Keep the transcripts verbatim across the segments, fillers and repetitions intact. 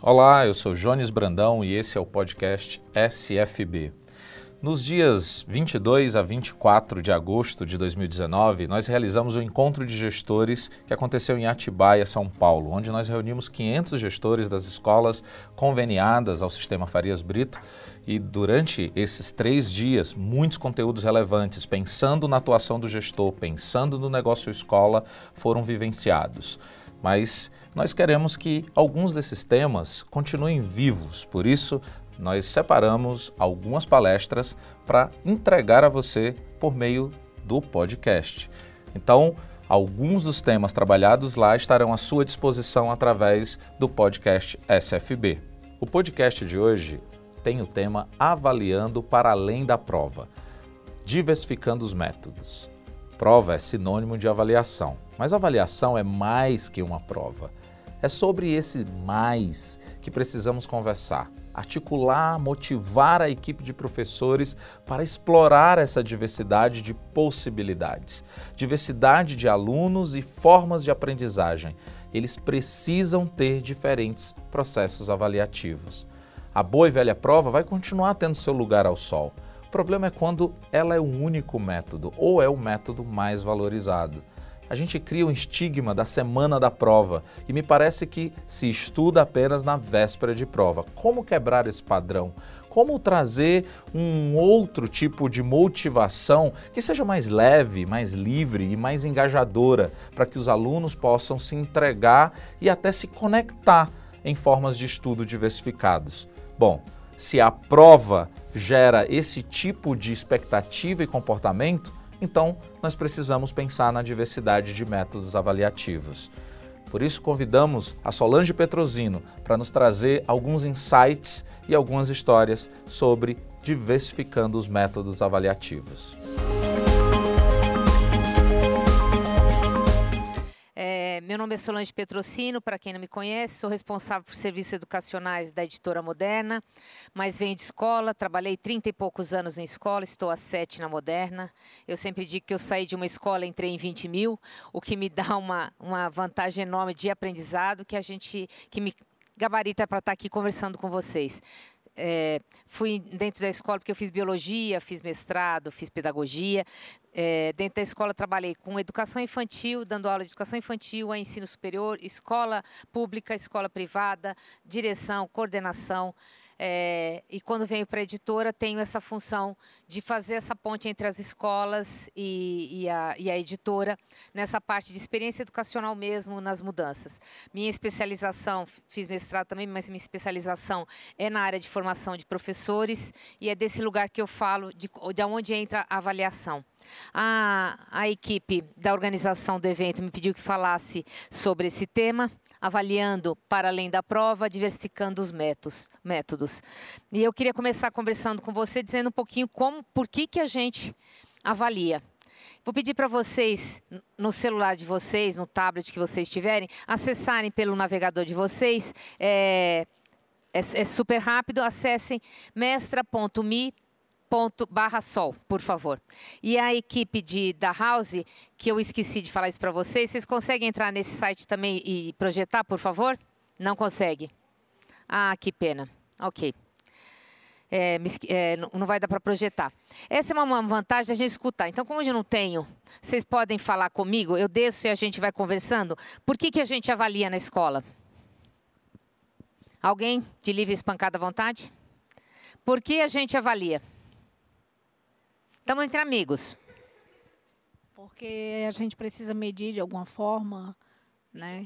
Olá, eu sou Jones Brandão e esse é o podcast S F B. Nos dias vinte e dois a vinte e quatro de agosto de dois mil e dezenove, nós realizamos um encontro de gestores que aconteceu em Atibaia, São Paulo, onde nós reunimos quinhentos gestores das escolas conveniadas ao Sistema Farias Brito e durante esses três dias, muitos conteúdos relevantes, pensando na atuação do gestor, pensando no negócio escola, foram vivenciados. Mas nós queremos que alguns desses temas continuem vivos, por isso nós separamos algumas palestras para entregar a você por meio do podcast. Então, alguns dos temas trabalhados lá estarão à sua disposição através do podcast S F B. O podcast de hoje tem o tema Avaliando para além da prova, diversificando os métodos. Prova é sinônimo de avaliação, mas avaliação é mais que uma prova. É sobre esse mais que precisamos conversar, articular, motivar a equipe de professores para explorar essa diversidade de possibilidades, diversidade de alunos e formas de aprendizagem. Eles precisam ter diferentes processos avaliativos. A boa e velha prova vai continuar tendo seu lugar ao sol. O problema é quando ela é o único método ou é o método mais valorizado. A gente cria um estigma da semana da prova e me parece que se estuda apenas na véspera de prova. Como quebrar esse padrão? Como trazer um outro tipo de motivação que seja mais leve, mais livre e mais engajadora para que os alunos possam se entregar e até se conectar em formas de estudo diversificados? Bom, se a prova gera esse tipo de expectativa e comportamento, então nós precisamos pensar na diversidade de métodos avaliativos. Por isso convidamos a Solange Petrosino para nos trazer alguns insights e algumas histórias sobre diversificando os métodos avaliativos. Meu nome é Solange Petrosino, para quem não me conhece, sou responsável por serviços educacionais da Editora Moderna, mas venho de escola, trabalhei trinta e poucos anos em escola, estou há sete na Moderna. Eu sempre digo que eu saí de uma escola e entrei em vinte mil, o que me dá uma, uma vantagem enorme de aprendizado, que, a gente, que me gabarita para estar aqui conversando com vocês. É, fui dentro da escola porque eu fiz biologia, fiz mestrado, fiz pedagogia. É, dentro da escola trabalhei com educação infantil, dando aula de educação infantil a ensino superior, escola pública, escola privada, direção, coordenação. É, e quando venho para a editora, tenho essa função de fazer essa ponte entre as escolas e, e, a, e a editora, nessa parte de experiência educacional mesmo, nas mudanças. Minha especialização, fiz mestrado também, mas minha especialização é na área de formação de professores e é desse lugar que eu falo de, de onde entra a avaliação. A, a equipe da organização do evento me pediu que falasse sobre esse tema, avaliando para além da prova, diversificando os métodos, métodos. E eu queria começar conversando com você, dizendo um pouquinho como, por que, que a gente avalia. Vou pedir para vocês, no celular de vocês, no tablet que vocês tiverem, acessarem pelo navegador de vocês, é, é, é super rápido, acessem mestra ponto me ponto barra sol, por favor. E a equipe de, da House, que eu esqueci de falar isso para vocês, vocês conseguem entrar nesse site também e projetar, por favor? Não consegue? Ah, que pena. Ok. É, é, não vai dar para projetar. Essa é uma vantagem da gente escutar. Então, como eu não tenho, vocês podem falar comigo, eu desço e a gente vai conversando. Por que, que a gente avalia na escola? Alguém de livre e espancada à vontade? Por que a gente avalia? Estamos entre amigos. Porque a gente precisa medir de alguma forma, né?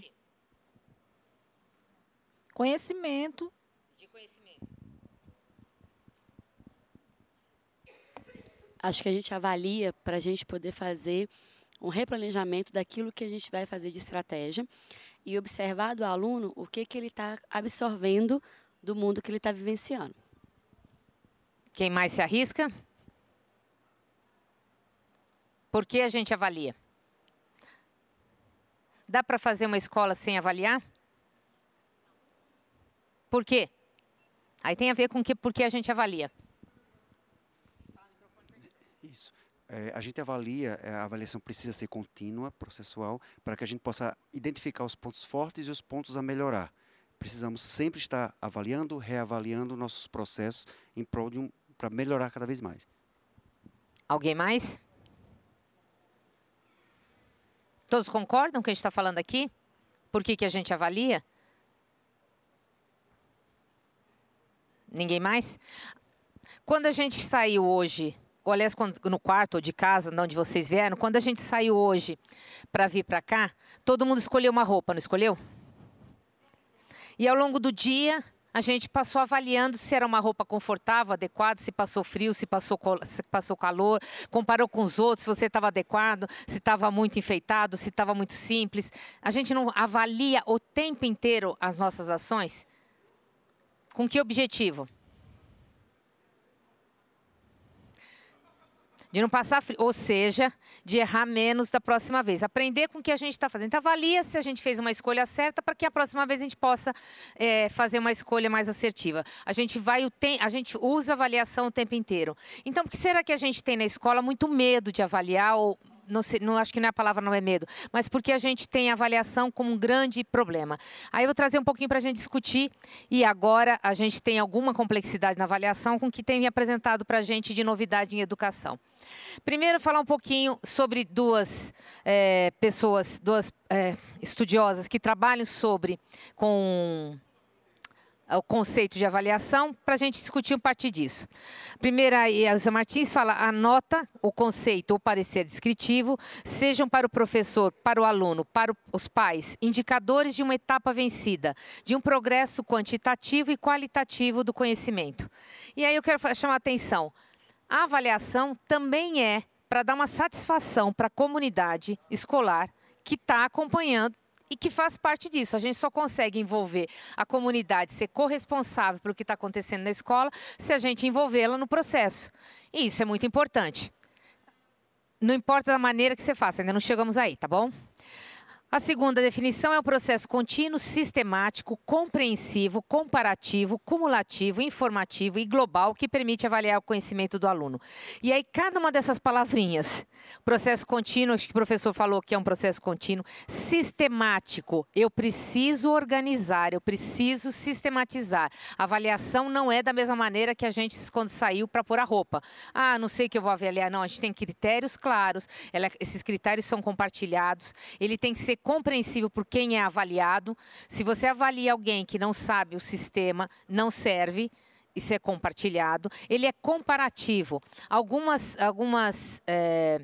Conhecimento. De conhecimento. Acho que a gente avalia para a gente poder fazer um replanejamento daquilo que a gente vai fazer de estratégia e observar do aluno o que, que ele está absorvendo do mundo que ele está vivenciando. Quem mais se arrisca? Por que a gente avalia? Dá para fazer uma escola sem avaliar? Por quê? Aí tem a ver com que, por que a gente avalia. Isso. É, a gente avalia, a avaliação precisa ser contínua, processual, para que a gente possa identificar os pontos fortes e os pontos a melhorar. precisamos sempre estar avaliando, reavaliando nossos processos em prol de um, para melhorar cada vez mais. Alguém mais? Todos concordam com o que a gente está falando aqui? Por que que a gente avalia? Ninguém mais? Quando a gente saiu hoje, ou aliás, quando, no quarto ou de casa, de onde vocês vieram, quando a gente saiu hoje para vir para cá, todo mundo escolheu uma roupa, não escolheu? E ao longo do dia, a gente passou avaliando se era uma roupa confortável, adequada, se passou frio, se passou, se passou calor, comparou com os outros, se você estava adequado, se estava muito enfeitado, se estava muito simples. A gente não avalia o tempo inteiro as nossas ações? Com que objetivo? De não passar frio, ou seja, de errar menos da próxima vez. Aprender com o que a gente está fazendo. Então, avalia se a gente fez uma escolha certa para que a próxima vez a gente possa é, fazer uma escolha mais assertiva. A gente, vai o tem, a gente usa avaliação o tempo inteiro. Então, por que será que a gente tem na escola muito medo de avaliar ou... Não, sei, não acho que não é a palavra, não é medo, mas porque a gente tem a avaliação como um grande problema. Aí eu vou trazer um pouquinho para a gente discutir, e agora a gente tem alguma complexidade na avaliação com o que tem apresentado para a gente de novidade em educação. Primeiro, falar um pouquinho sobre duas é, pessoas, duas é, estudiosas que trabalham sobre com... o conceito de avaliação, para a gente discutir um partir disso. Primeiro, a Elza Martins fala, anota o conceito ou parecer descritivo, sejam para o professor, para o aluno, para os pais, indicadores de uma etapa vencida, de um progresso quantitativo e qualitativo do conhecimento. E aí eu quero chamar a atenção, a avaliação também é para dar uma satisfação para a comunidade escolar que está acompanhando e que faz parte disso. A gente só consegue envolver a comunidade, ser corresponsável pelo que está acontecendo na escola, se a gente envolvê-la no processo. E isso é muito importante. Não importa da maneira que você faça, ainda não chegamos aí, tá bom? A segunda definição é um processo contínuo, sistemático, compreensivo, comparativo, cumulativo, informativo e global que permite avaliar o conhecimento do aluno. E aí, cada uma dessas palavrinhas, processo contínuo, acho que o professor falou que é um processo contínuo, sistemático, eu preciso organizar, eu preciso sistematizar. A avaliação não é da mesma maneira que a gente, quando saiu para pôr a roupa. Ah, não sei o que eu vou avaliar. Não, a gente tem critérios claros, ela, esses critérios são compartilhados, ele tem que ser compreensível por quem é avaliado. Se você avalia alguém que não sabe o sistema, não serve, isso é compartilhado. Ele é comparativo. Algumas, algumas é,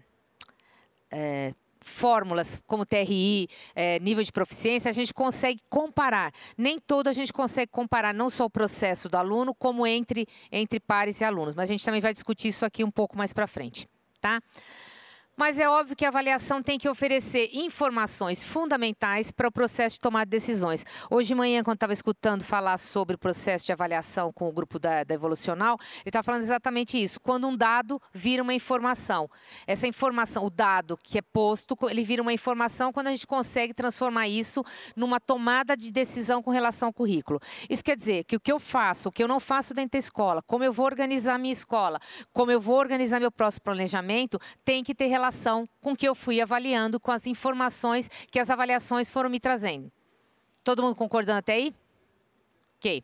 é, fórmulas, como T R I, é, nível de proficiência, a gente consegue comparar. Nem todo a gente consegue comparar, não só o processo do aluno, como entre, entre pares e alunos. Mas a gente também vai discutir isso aqui um pouco mais para frente, tá? Mas é óbvio que a avaliação tem que oferecer informações fundamentais para o processo de tomar decisões. Hoje de manhã, quando estava escutando falar sobre o processo de avaliação com o grupo da, da Evolucional, ele estava falando exatamente isso. Quando um dado vira uma informação. Essa informação, o dado que é posto, ele vira uma informação quando a gente consegue transformar isso numa tomada de decisão com relação ao currículo. Isso quer dizer que o que eu faço, o que eu não faço dentro da escola, como eu vou organizar a minha escola, como eu vou organizar meu próximo planejamento, tem que ter relação com o que eu fui avaliando, com as informações que as avaliações foram me trazendo. Todo mundo concordando até aí? Ok.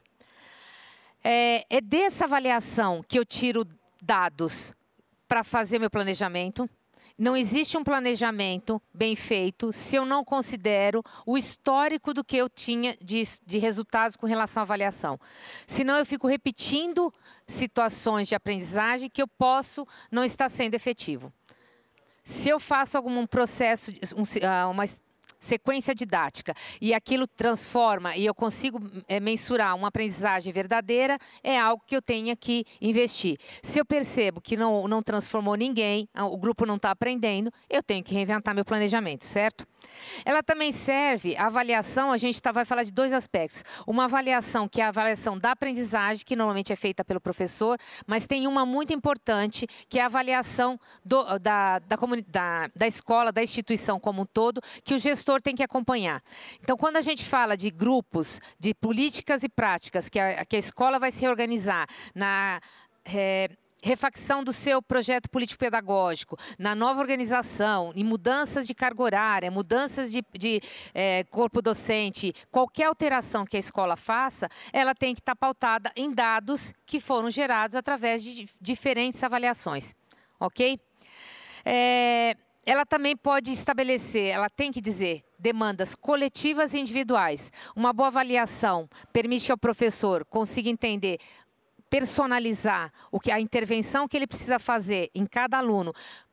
É, é dessa avaliação que eu tiro dados para fazer meu planejamento. Não existe um planejamento bem feito se eu não considero o histórico do que eu tinha de, de resultados com relação à avaliação. Senão eu fico repetindo situações de aprendizagem que eu posso não estar sendo efetivo. Se eu faço algum processo, um, uma sequência didática e aquilo transforma e eu consigo é, mensurar uma aprendizagem verdadeira, é algo que eu tenha que investir. Se eu percebo que não, não transformou ninguém, o grupo não está aprendendo, eu tenho que reinventar meu planejamento, certo? Ela também serve, a avaliação, a gente tá, vai falar de dois aspectos. Uma avaliação que é a avaliação da aprendizagem, que normalmente é feita pelo professor, mas tem uma muito importante, que é a avaliação do, da, da, da, da escola, da instituição como um todo, que o gestor tem que acompanhar. Então, quando a gente fala de grupos, de políticas e práticas, que a, que a escola vai se organizar na... É, refacção do seu projeto político-pedagógico, na nova organização, em mudanças de carga horária, mudanças de, de é, corpo docente, qualquer alteração que a escola faça, ela tem que estar pautada em dados que foram gerados através de diferentes avaliações, ok? É, ela também pode estabelecer, ela tem que dizer, demandas coletivas e individuais. Uma boa avaliação permite ao professor conseguir entender, personalizar o que, a intervenção que ele precisa fazer em cada aluno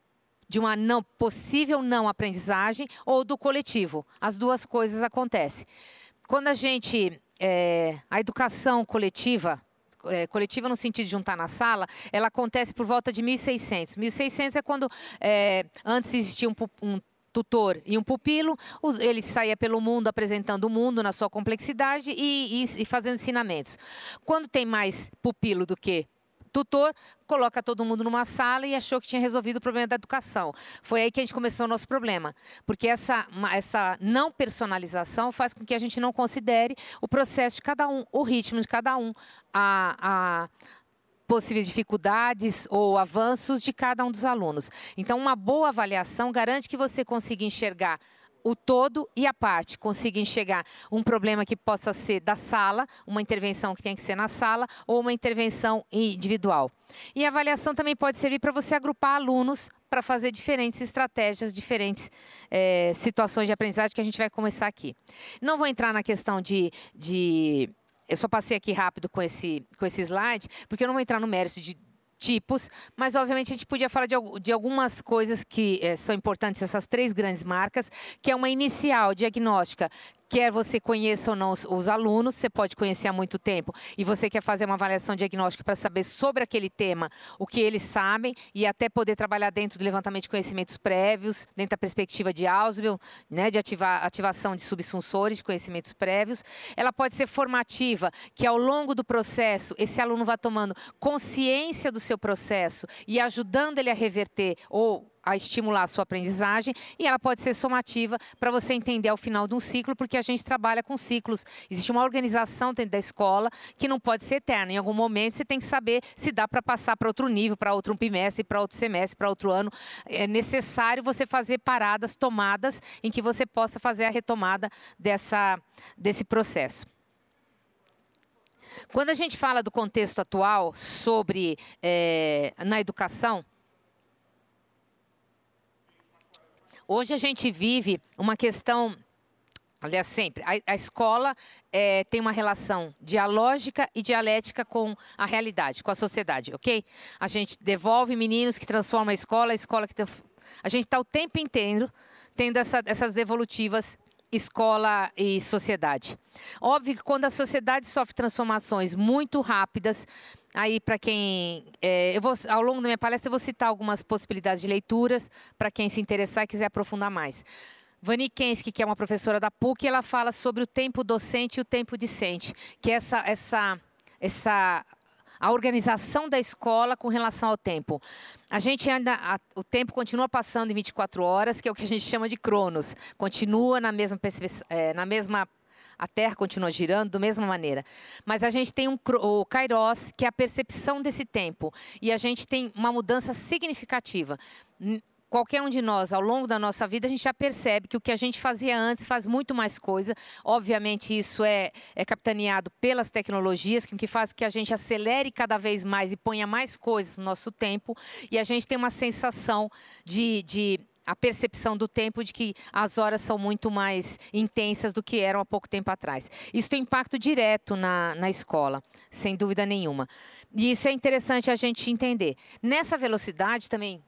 de uma não, possível não aprendizagem ou do coletivo. As duas coisas acontecem. Quando a gente, é, a educação coletiva, é, coletiva no sentido de juntar na sala, ela acontece por volta de mil e seiscentos. mil e seiscentos é quando é, antes existia um, um tutor e um pupilo, ele saía pelo mundo apresentando o mundo na sua complexidade e, e, e fazendo ensinamentos. Quando tem mais pupilo do que tutor, coloca todo mundo numa sala e achou que tinha resolvido o problema da educação. Foi aí que a gente começou o nosso problema, porque essa, essa não personalização faz com que a gente não considere o processo de cada um, o ritmo de cada um, a... a possíveis dificuldades ou avanços de cada um dos alunos. Então, uma boa avaliação garante que você consiga enxergar o todo e a parte, consiga enxergar um problema que possa ser da sala, uma intervenção que tem que ser na sala, ou uma intervenção individual. E a avaliação também pode servir para você agrupar alunos para fazer diferentes estratégias, diferentes é, situações de aprendizagem que a gente vai começar aqui. Não vou entrar na questão de... de Eu só passei aqui rápido com esse, com esse slide, porque eu não vou entrar no mérito de tipos, mas obviamente a gente podia falar de, de algumas coisas que é, são importantes, essas três grandes marcas, que é uma inicial diagnóstica, quer você conheça ou não os, os alunos, você pode conhecer há muito tempo, e você quer fazer uma avaliação diagnóstica para saber sobre aquele tema, o que eles sabem, e até poder trabalhar dentro do levantamento de conhecimentos prévios, dentro da perspectiva de Ausubel, né, de ativar, ativação de subsunsores de conhecimentos prévios. Ela pode ser formativa, que ao longo do processo, esse aluno vai tomando consciência do seu processo e ajudando ele a reverter ou a estimular a sua aprendizagem, e ela pode ser somativa para você entender ao final de um ciclo, porque a gente trabalha com ciclos. Existe uma organização dentro da escola que não pode ser eterna. Em algum momento você tem que saber se dá para passar para outro nível, para outro bimestre, para outro semestre, para outro ano. É necessário você fazer paradas, tomadas, em que você possa fazer a retomada dessa, desse processo. Quando a gente fala do contexto atual sobre é, na educação, hoje a gente vive uma questão, aliás, sempre, a, a escola é, tem uma relação dialógica e dialética com a realidade, com a sociedade, ok? A gente devolve meninos que transformam a escola, a escola que... A gente está o tempo inteiro tendo essa, essas devolutivas escola e sociedade. Óbvio que quando a sociedade sofre transformações muito rápidas, aí para quem... É, eu vou, ao longo da minha palestra eu vou citar algumas possibilidades de leituras para quem se interessar e quiser aprofundar mais. Vani Kensky, que é uma professora da P U C, ela fala sobre o tempo docente e o tempo discente, que é essa... essa, essa a organização da escola com relação ao tempo. A gente ainda, a, o tempo continua passando em vinte e quatro horas, que é o que a gente chama de cronos. Continua na mesma, é, na mesma, a Terra continua girando da mesma maneira. Mas a gente tem um, o Kairos, que é a percepção desse tempo. E a gente tem uma mudança significativa. Qualquer um de nós, ao longo da nossa vida, a gente já percebe que o que a gente fazia antes faz muito mais coisa. Obviamente, isso é, é capitaneado pelas tecnologias, que faz que a gente acelere cada vez mais e ponha mais coisas no nosso tempo. E a gente tem uma sensação de... de a percepção do tempo de que as horas são muito mais intensas do que eram há pouco tempo atrás. Isso tem impacto direto na, na escola, sem dúvida nenhuma. E isso é interessante a gente entender. Nessa velocidade também...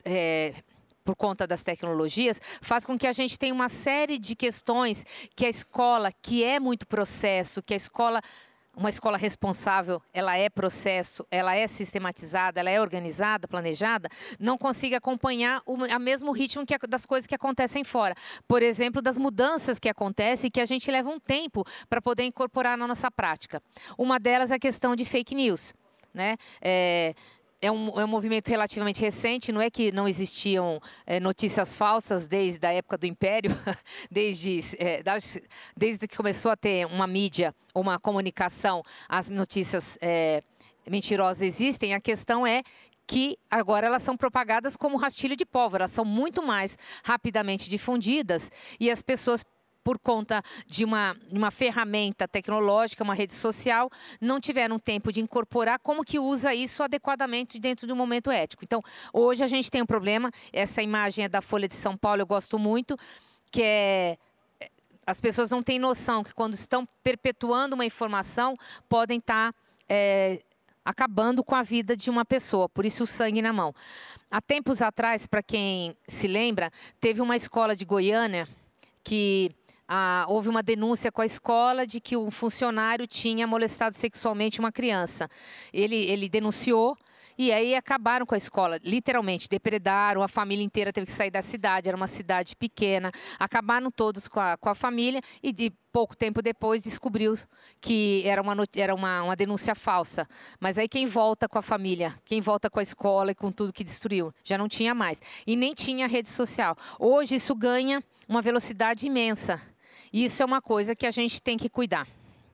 É, por conta das tecnologias, faz com que a gente tenha uma série de questões que a escola, que é muito processo, que a escola, uma escola responsável, ela é processo, ela é sistematizada, ela é organizada, planejada, não consiga acompanhar o a mesmo ritmo que a, das coisas que acontecem fora. Por exemplo, das mudanças que acontecem e que a gente leva um tempo para poder incorporar na nossa prática. Uma delas é a questão de fake news, né? É, É um, é um movimento relativamente recente, não é que não existiam é, notícias falsas desde a época do Império, desde, é, desde que começou a ter uma mídia, uma comunicação, as notícias é, mentirosas existem. A questão é que agora elas são propagadas como rastilho de pólvora, elas são muito mais rapidamente difundidas e as pessoas, por conta de uma, uma ferramenta tecnológica, uma rede social, não tiveram tempo de incorporar como que usa isso adequadamente dentro do momento ético. Então, hoje a gente tem um problema, essa imagem é da Folha de São Paulo, eu gosto muito, que é... As pessoas não têm noção que quando estão perpetuando uma informação, podem estar é, acabando com a vida de uma pessoa, por isso o sangue na mão. Há tempos atrás, para quem se lembra, teve uma escola de Goiânia que... Ah, houve uma denúncia com a escola de que um funcionário tinha molestado sexualmente uma criança. Ele, ele denunciou e aí acabaram com a escola, literalmente, depredaram, a família inteira teve que sair da cidade, era uma cidade pequena, acabaram todos com a, com a família e de pouco tempo depois descobriu que era, uma, era uma, uma denúncia falsa. Mas aí quem volta com a família, quem volta com a escola e com tudo que destruiu? Já não tinha mais. E nem tinha rede social. Hoje isso ganha uma velocidade imensa. Isso é uma coisa que a gente tem que cuidar.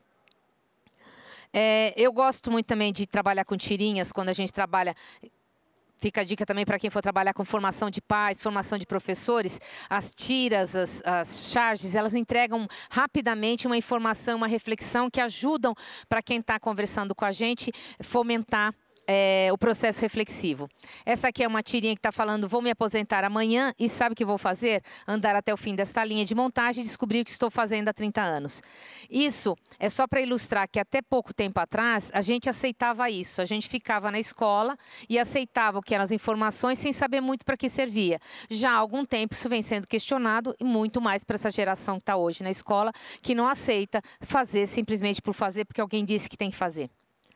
É, eu gosto muito também de trabalhar com tirinhas, quando a gente trabalha... Fica a dica também para quem for trabalhar com formação de pais, formação de professores. As tiras, as, as charges, elas entregam rapidamente uma informação, uma reflexão que ajudam para quem está conversando com a gente fomentar É, o processo reflexivo. Essa aqui é uma tirinha que está falando, vou me aposentar amanhã e sabe o que vou fazer? Andar até o fim desta linha de montagem e descobrir o que estou fazendo há trinta anos. Isso é só para ilustrar que até pouco tempo atrás a gente aceitava isso. A gente ficava na escola e aceitava o que eram as informações sem saber muito para que servia. Já há algum tempo isso vem sendo questionado e muito mais para essa geração que está hoje na escola, que não aceita fazer simplesmente por fazer porque alguém disse que tem que fazer.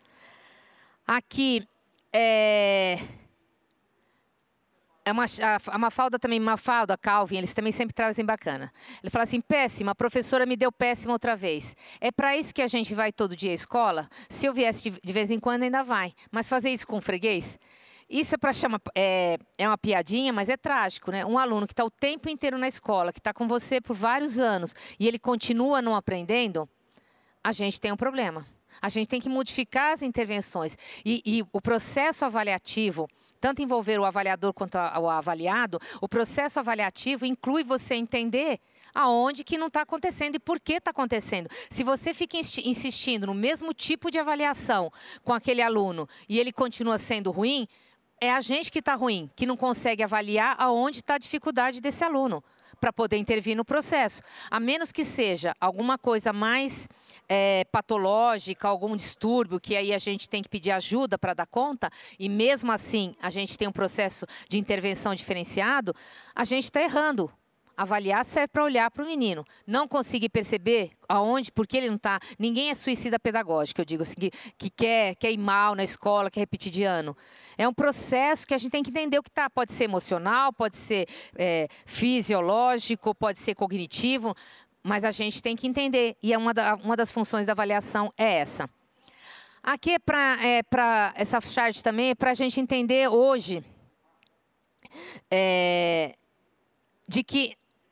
Aqui é, é uma, a Mafalda também, Mafalda, Calvin, eles também sempre trazem bacana. Ele fala assim, péssima, a professora me deu péssima outra vez. É para isso que a gente vai todo dia à escola? Se eu viesse de, de vez em quando ainda vai, mas fazer isso com freguês? Isso é para chamar, é, é uma piadinha, mas é trágico, né? Um aluno que está o tempo inteiro na escola, que está com você por vários anos e ele continua não aprendendo, a gente tem um problema. A gente tem que modificar as intervenções. E, e o processo avaliativo, tanto envolver o avaliador quanto a, o avaliado, o processo avaliativo inclui você entender aonde que não está acontecendo e por que está acontecendo. Se você fica insistindo no mesmo tipo de avaliação com aquele aluno e ele continua sendo ruim, é a gente que está ruim, que não consegue avaliar aonde está a dificuldade desse aluno, para poder intervir no processo. A menos que seja alguma coisa mais é, patológica, algum distúrbio, que aí a gente tem que pedir ajuda para dar conta, e mesmo assim a gente tem um processo de intervenção diferenciado, a gente está errando. Avaliar serve para olhar para o menino. Não conseguir perceber aonde, porque ele não está... Ninguém é suicida pedagógico, eu digo assim, que, que quer, quer ir mal na escola, quer repetir de ano. É um processo que a gente tem que entender o que está. Pode ser emocional, pode ser é, fisiológico, pode ser cognitivo, mas a gente tem que entender. E é uma, da, uma das funções da avaliação é essa. Aqui é para é para essa chart também, é para a gente entender hoje é, de que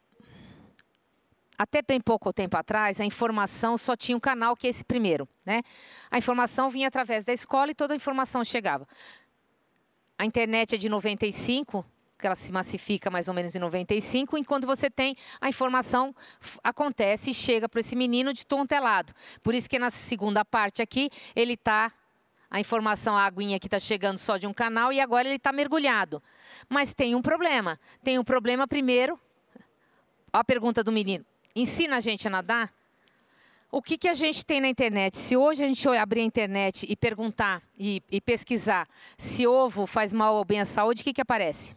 até bem pouco tempo atrás, a informação só tinha um canal, que é esse primeiro, né? A informação vinha através da escola e toda a informação chegava. A internet é de noventa e cinco, que ela se massifica mais ou menos em noventa e cinco, enquanto você tem a informação, acontece e chega para esse menino de tom telado. Por isso que na segunda parte aqui, ele está... A informação, a aguinha que está chegando só de um canal e agora ele está mergulhado. Mas tem um problema. Tem um problema primeiro, a pergunta do menino. Ensina a gente a nadar? O que, que a gente tem na internet? Se hoje a gente abrir a internet e perguntar e, e pesquisar se ovo faz mal ou bem à saúde, o que, que aparece?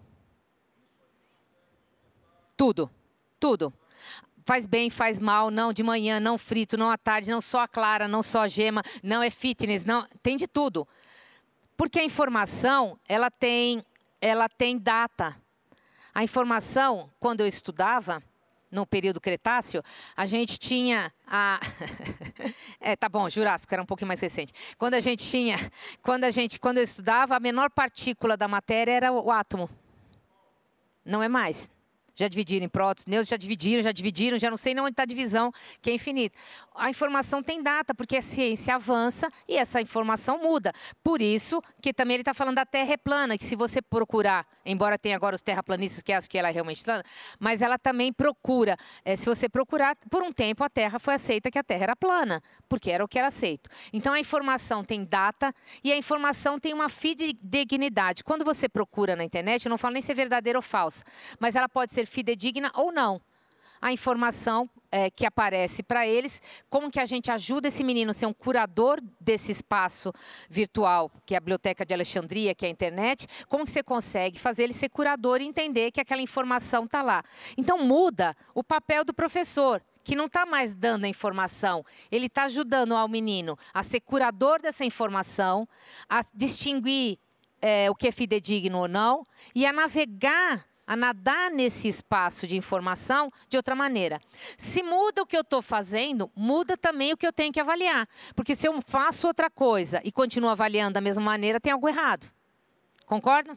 Tudo. Tudo. Faz bem, faz mal, não de manhã, não frito, não à tarde, não só a clara, não só a gema, não é fitness, não, tem de tudo. Porque a informação, ela tem, ela tem data. A informação, quando eu estudava, no período Cretáceo, a gente tinha a... é, tá bom, Jurássico, era um pouquinho mais recente. Quando a gente tinha, quando a gente, quando eu estudava, a menor partícula da matéria era o átomo. Não é mais. Já dividiram em prótons, nêutrons, já dividiram, já dividiram, já não sei nem onde está a divisão, que é infinito. A informação tem data, porque a ciência avança e essa informação muda. Por isso que também ele está falando da Terra é plana, que se você procurar, embora tenha agora os terraplanistas que acham que ela é realmente plana, mas ela também procura, é, se você procurar, por um tempo a Terra foi aceita que a Terra era plana, porque era o que era aceito. Então a informação tem data e a informação tem uma fidedignidade. Quando você procura na internet, eu não falo nem se é verdadeira ou falsa, mas ela pode ser fidedigna ou não. A informação é, que aparece para eles, como que a gente ajuda esse menino a ser um curador desse espaço virtual, que é a Biblioteca de Alexandria, que é a internet, como que você consegue fazer ele ser curador e entender que aquela informação está lá. Então muda o papel do professor, que não está mais dando a informação, ele está ajudando ao menino a ser curador dessa informação, a distinguir é, o que é fidedigno ou não, e a navegar a nadar nesse espaço de informação de outra maneira. Se muda o que eu estou fazendo, muda também o que eu tenho que avaliar. Porque se eu faço outra coisa e continuo avaliando da mesma maneira, tem algo errado. Concordam?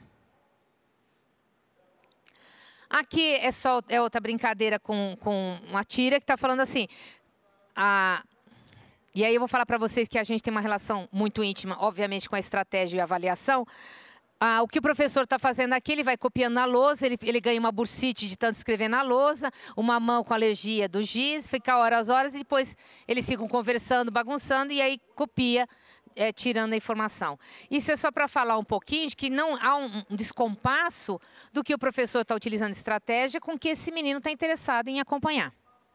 Aqui é só é outra brincadeira com, com uma tira que está falando assim... A, e aí eu vou falar para vocês que a gente tem uma relação muito íntima, obviamente, com a estratégia e a avaliação. Ah, o que o professor está fazendo aqui, ele vai copiando na lousa, ele, ele ganha uma bursite de tanto escrever na lousa, uma mão com alergia do giz, fica horas, horas, e depois eles ficam conversando, bagunçando, e aí copia, é, tirando a informação. Isso é só para falar um pouquinho de que não há um, um descompasso do que o professor está utilizando de estratégia com que esse menino está interessado em acompanhar.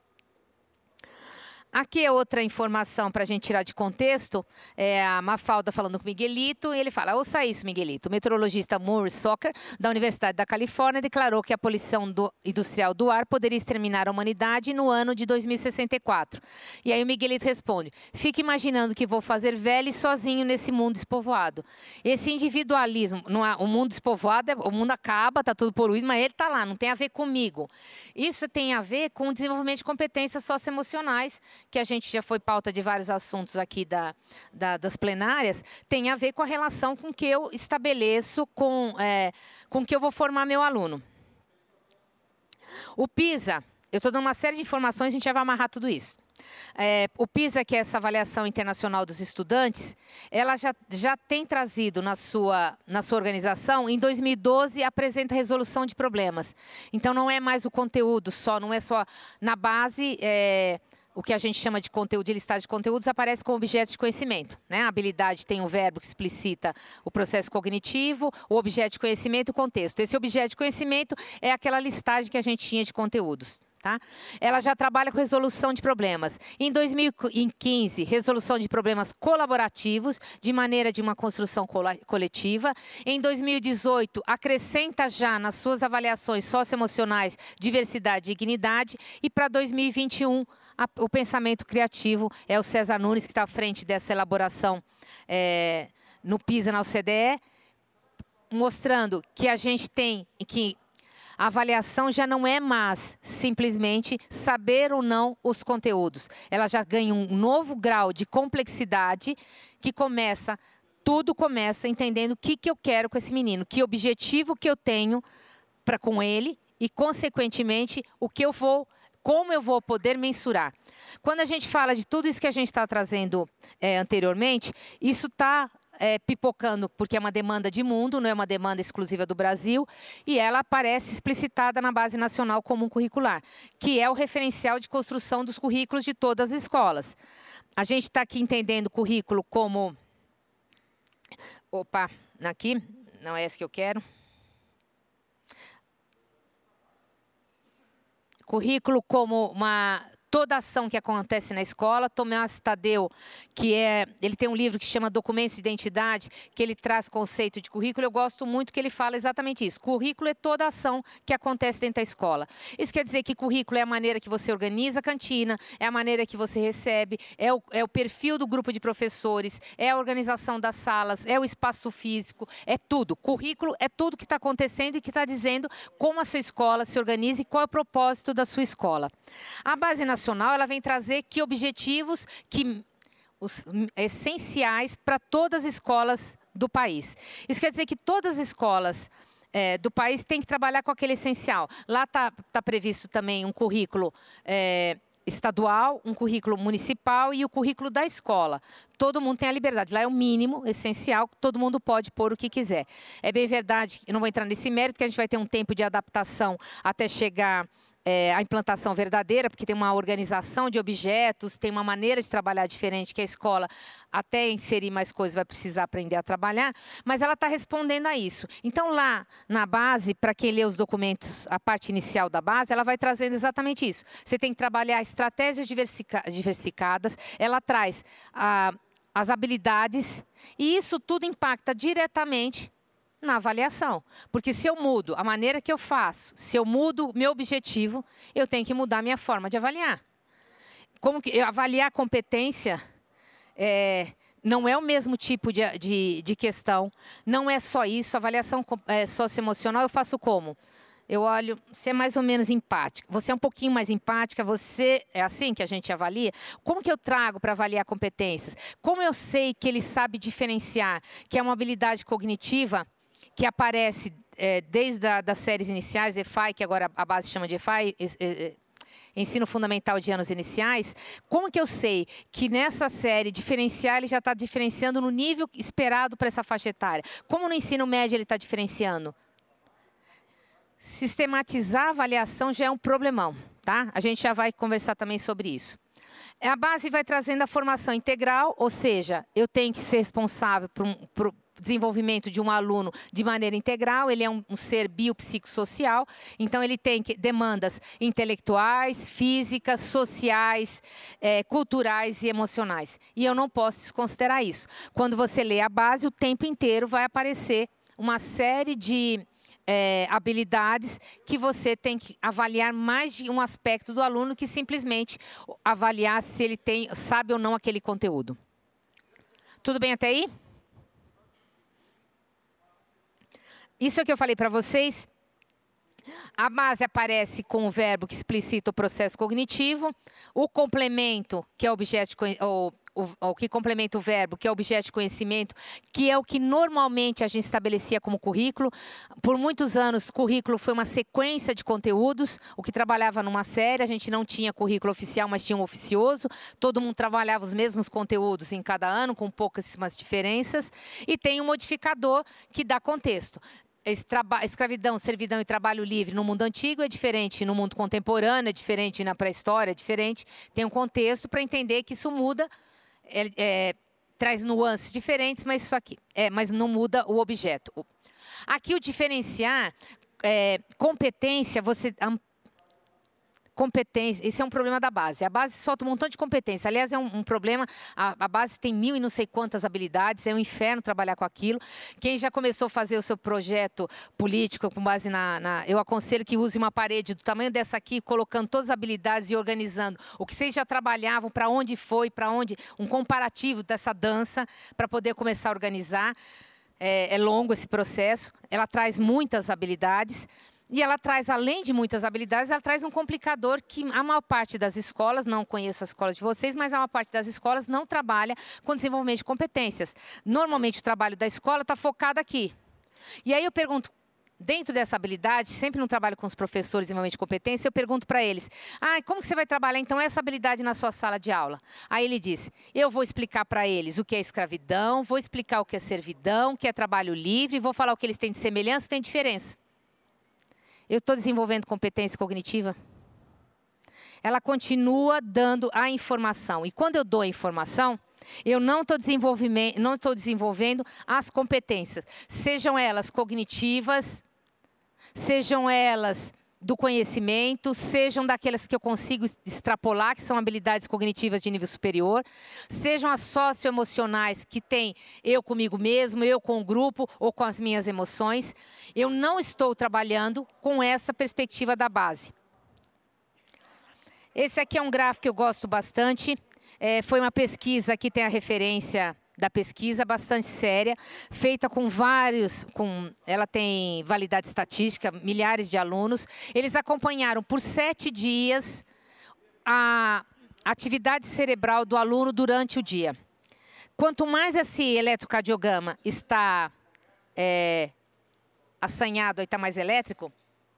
Aqui é outra informação para a gente tirar de contexto, é a Mafalda falando com o Miguelito, e ele fala, ouça isso, Miguelito, o meteorologista Maurice Socher, da Universidade da Califórnia, declarou que a poluição do, industrial do ar poderia exterminar a humanidade no ano de dois mil e sessenta e quatro. E aí o Miguelito responde, fica imaginando que vou fazer velho e sozinho nesse mundo despovoado. Esse individualismo, não há, o mundo despovoado, o mundo acaba, está tudo poluído, mas ele está lá, não tem a ver comigo. Isso tem a ver com o desenvolvimento de competências socioemocionais, que a gente já foi pauta de vários assuntos aqui da, da, das plenárias, tem a ver com a relação com que eu estabeleço, com, é, com que eu vou formar meu aluno. O PISA, eu estou dando uma série de informações, a gente já vai amarrar tudo isso. É, o PISA, que é essa avaliação internacional dos estudantes, ela já, já tem trazido na sua, na sua organização, em dois mil e doze, apresenta resolução de problemas. Então, não é mais o conteúdo só, não é só na base... É, o que a gente chama de conteúdo, de listagem de conteúdos, aparece como objeto de conhecimento. Né? A habilidade tem um verbo que explicita o processo cognitivo, o objeto de conhecimento e o contexto. Esse objeto de conhecimento é aquela listagem que a gente tinha de conteúdos. Tá? Ela já trabalha com resolução de problemas. Em dois mil e quinze, resolução de problemas colaborativos, de maneira de uma construção coletiva. Em dois mil e dezoito, acrescenta já nas suas avaliações socioemocionais diversidade e dignidade. E para dois mil e vinte e um, a, o pensamento criativo é o César Nunes, que está à frente dessa elaboração é, no PISA, na O C D E, mostrando que a gente tem que... A avaliação já não é mais simplesmente saber ou não os conteúdos. Ela já ganha um novo grau de complexidade que começa, tudo começa entendendo o que, que eu quero com esse menino, que objetivo que eu tenho para com ele e, consequentemente, o que eu vou, como eu vou poder mensurar. Quando a gente fala de tudo isso que a gente está trazendo é, anteriormente, isso está... É, pipocando, porque é uma demanda de mundo, não é uma demanda exclusiva do Brasil, e ela aparece explicitada na Base Nacional Comum Curricular, que é o referencial de construção dos currículos de todas as escolas. A gente está aqui entendendo o currículo como... Opa, aqui, não é esse que eu quero. Currículo como uma... Toda ação que acontece na escola, Tomás Tadeu, que é, ele tem um livro que chama Documentos de Identidade, que ele traz conceito de currículo. Eu gosto muito que ele fala exatamente isso. Currículo é toda ação que acontece dentro da escola. Isso quer dizer que currículo é a maneira que você organiza a cantina, é a maneira que você recebe, é o, é o perfil do grupo de professores, é a organização das salas, é o espaço físico, é tudo. Currículo é tudo que está acontecendo e que está dizendo como a sua escola se organiza e qual é o propósito da sua escola. A Base Nacional ela vem trazer que objetivos que, os, essenciais para todas as escolas do país. Isso quer dizer que todas as escolas é, do país tem que trabalhar com aquele essencial. Lá está tá previsto também um currículo é, estadual, um currículo municipal e o currículo da escola. Todo mundo tem a liberdade. Lá é o mínimo essencial, todo mundo pode pôr o que quiser. É bem verdade, eu não vou entrar nesse mérito, que a gente vai ter um tempo de adaptação até chegar é, à implantação verdadeira, porque tem uma organização de objetos, tem uma maneira de trabalhar diferente que a escola, até inserir mais coisas, vai precisar aprender a trabalhar, mas ela está respondendo a isso. Então, lá na base, para quem lê os documentos, a parte inicial da base, ela vai trazendo exatamente isso. Você tem que trabalhar estratégias diversificadas, ela traz a, as habilidades, e isso tudo impacta diretamente na avaliação. Porque se eu mudo a maneira que eu faço, se eu mudo o meu objetivo, eu tenho que mudar a minha forma de avaliar. Como que avaliar a competência é, não é o mesmo tipo de, de, de questão, não é só isso. Avaliação é, socioemocional eu faço como? Eu olho, você é mais ou menos empática, você é um pouquinho mais empática, você é assim que a gente avalia? Como que eu trago para avaliar competências? Como eu sei que ele sabe diferenciar, que é uma habilidade cognitiva que aparece é, desde a, das séries iniciais, E F A I, que agora a base chama de E F A I, é, é, Ensino Fundamental de Anos Iniciais. Como que eu sei que nessa série diferenciar ele já está diferenciando no nível esperado para essa faixa etária? Como no ensino médio ele está diferenciando? Sistematizar a avaliação já é um problemão, tá? A gente já vai conversar também sobre isso. A base vai trazendo a formação integral, ou seja, eu tenho que ser responsável por um, por desenvolvimento de um aluno de maneira integral, ele é um, um ser biopsicossocial, então ele tem que, demandas intelectuais, físicas, sociais, é, culturais e emocionais. E eu não posso desconsiderar isso. Quando você lê a base, o tempo inteiro vai aparecer uma série de é, habilidades que você tem que avaliar mais de um aspecto do aluno que simplesmente avaliar se ele tem, sabe ou não aquele conteúdo. Tudo bem até aí? Isso é o que eu falei para vocês. A base aparece com o verbo que explicita o processo cognitivo, o complemento, que é o objeto, ou, o, o que complementa o verbo, que é o objeto de conhecimento, que é o que normalmente a gente estabelecia como currículo. Por muitos anos, currículo foi uma sequência de conteúdos, o que trabalhava numa série, a gente não tinha currículo oficial, mas tinha um oficioso, todo mundo trabalhava os mesmos conteúdos em cada ano, com pouquíssimas diferenças, e tem um modificador que dá contexto. Escravidão, servidão e trabalho livre no mundo antigo é diferente, no mundo contemporâneo é diferente, na pré-história é diferente. Tem um contexto para entender que isso muda, é, é, traz nuances diferentes, mas isso aqui, é, mas não muda o objeto. Aqui o diferenciar, é, competência, você competência, esse é um problema da base. A base solta um montão de competência. Aliás, é um, um problema, a, a base tem mil e não sei quantas habilidades, é um inferno trabalhar com aquilo. Quem já começou a fazer o seu projeto político com base na, na... Eu aconselho que use uma parede do tamanho dessa aqui, colocando todas as habilidades e organizando o que vocês já trabalhavam, para onde foi, para onde... Um comparativo dessa dança, para poder começar a organizar. É, é longo esse processo, ela traz muitas habilidades. E ela traz, além de muitas habilidades, ela traz um complicador que a maior parte das escolas, não conheço a escola de vocês, mas a maior parte das escolas não trabalha com desenvolvimento de competências. Normalmente o trabalho da escola está focado aqui. E aí eu pergunto, dentro dessa habilidade, sempre no trabalho com os professores de desenvolvimento de competência, eu pergunto para eles, ah, como que você vai trabalhar então essa habilidade na sua sala de aula? Aí ele diz, eu vou explicar para eles o que é escravidão, vou explicar o que é servidão, o que é trabalho livre, vou falar o que eles têm de semelhança, tem diferença. Eu estou desenvolvendo competência cognitiva? Ela continua dando a informação. E quando eu dou a informação, eu não estou desenvolvendo, não estou desenvolvendo as competências. Sejam elas cognitivas, sejam elas do conhecimento, sejam daquelas que eu consigo extrapolar, que são habilidades cognitivas de nível superior, sejam as socioemocionais, que tem eu comigo mesmo, eu com o grupo ou com as minhas emoções. Eu não estou trabalhando com essa perspectiva da base. Esse aqui é um gráfico que eu gosto bastante. É, foi uma pesquisa que tem a referência da pesquisa, bastante séria, feita com vários, com, ela tem validade estatística, milhares de alunos. Eles acompanharam por sete dias a atividade cerebral do aluno durante o dia. Quanto mais esse eletrocardiograma está é, assanhado, aí está mais elétrico,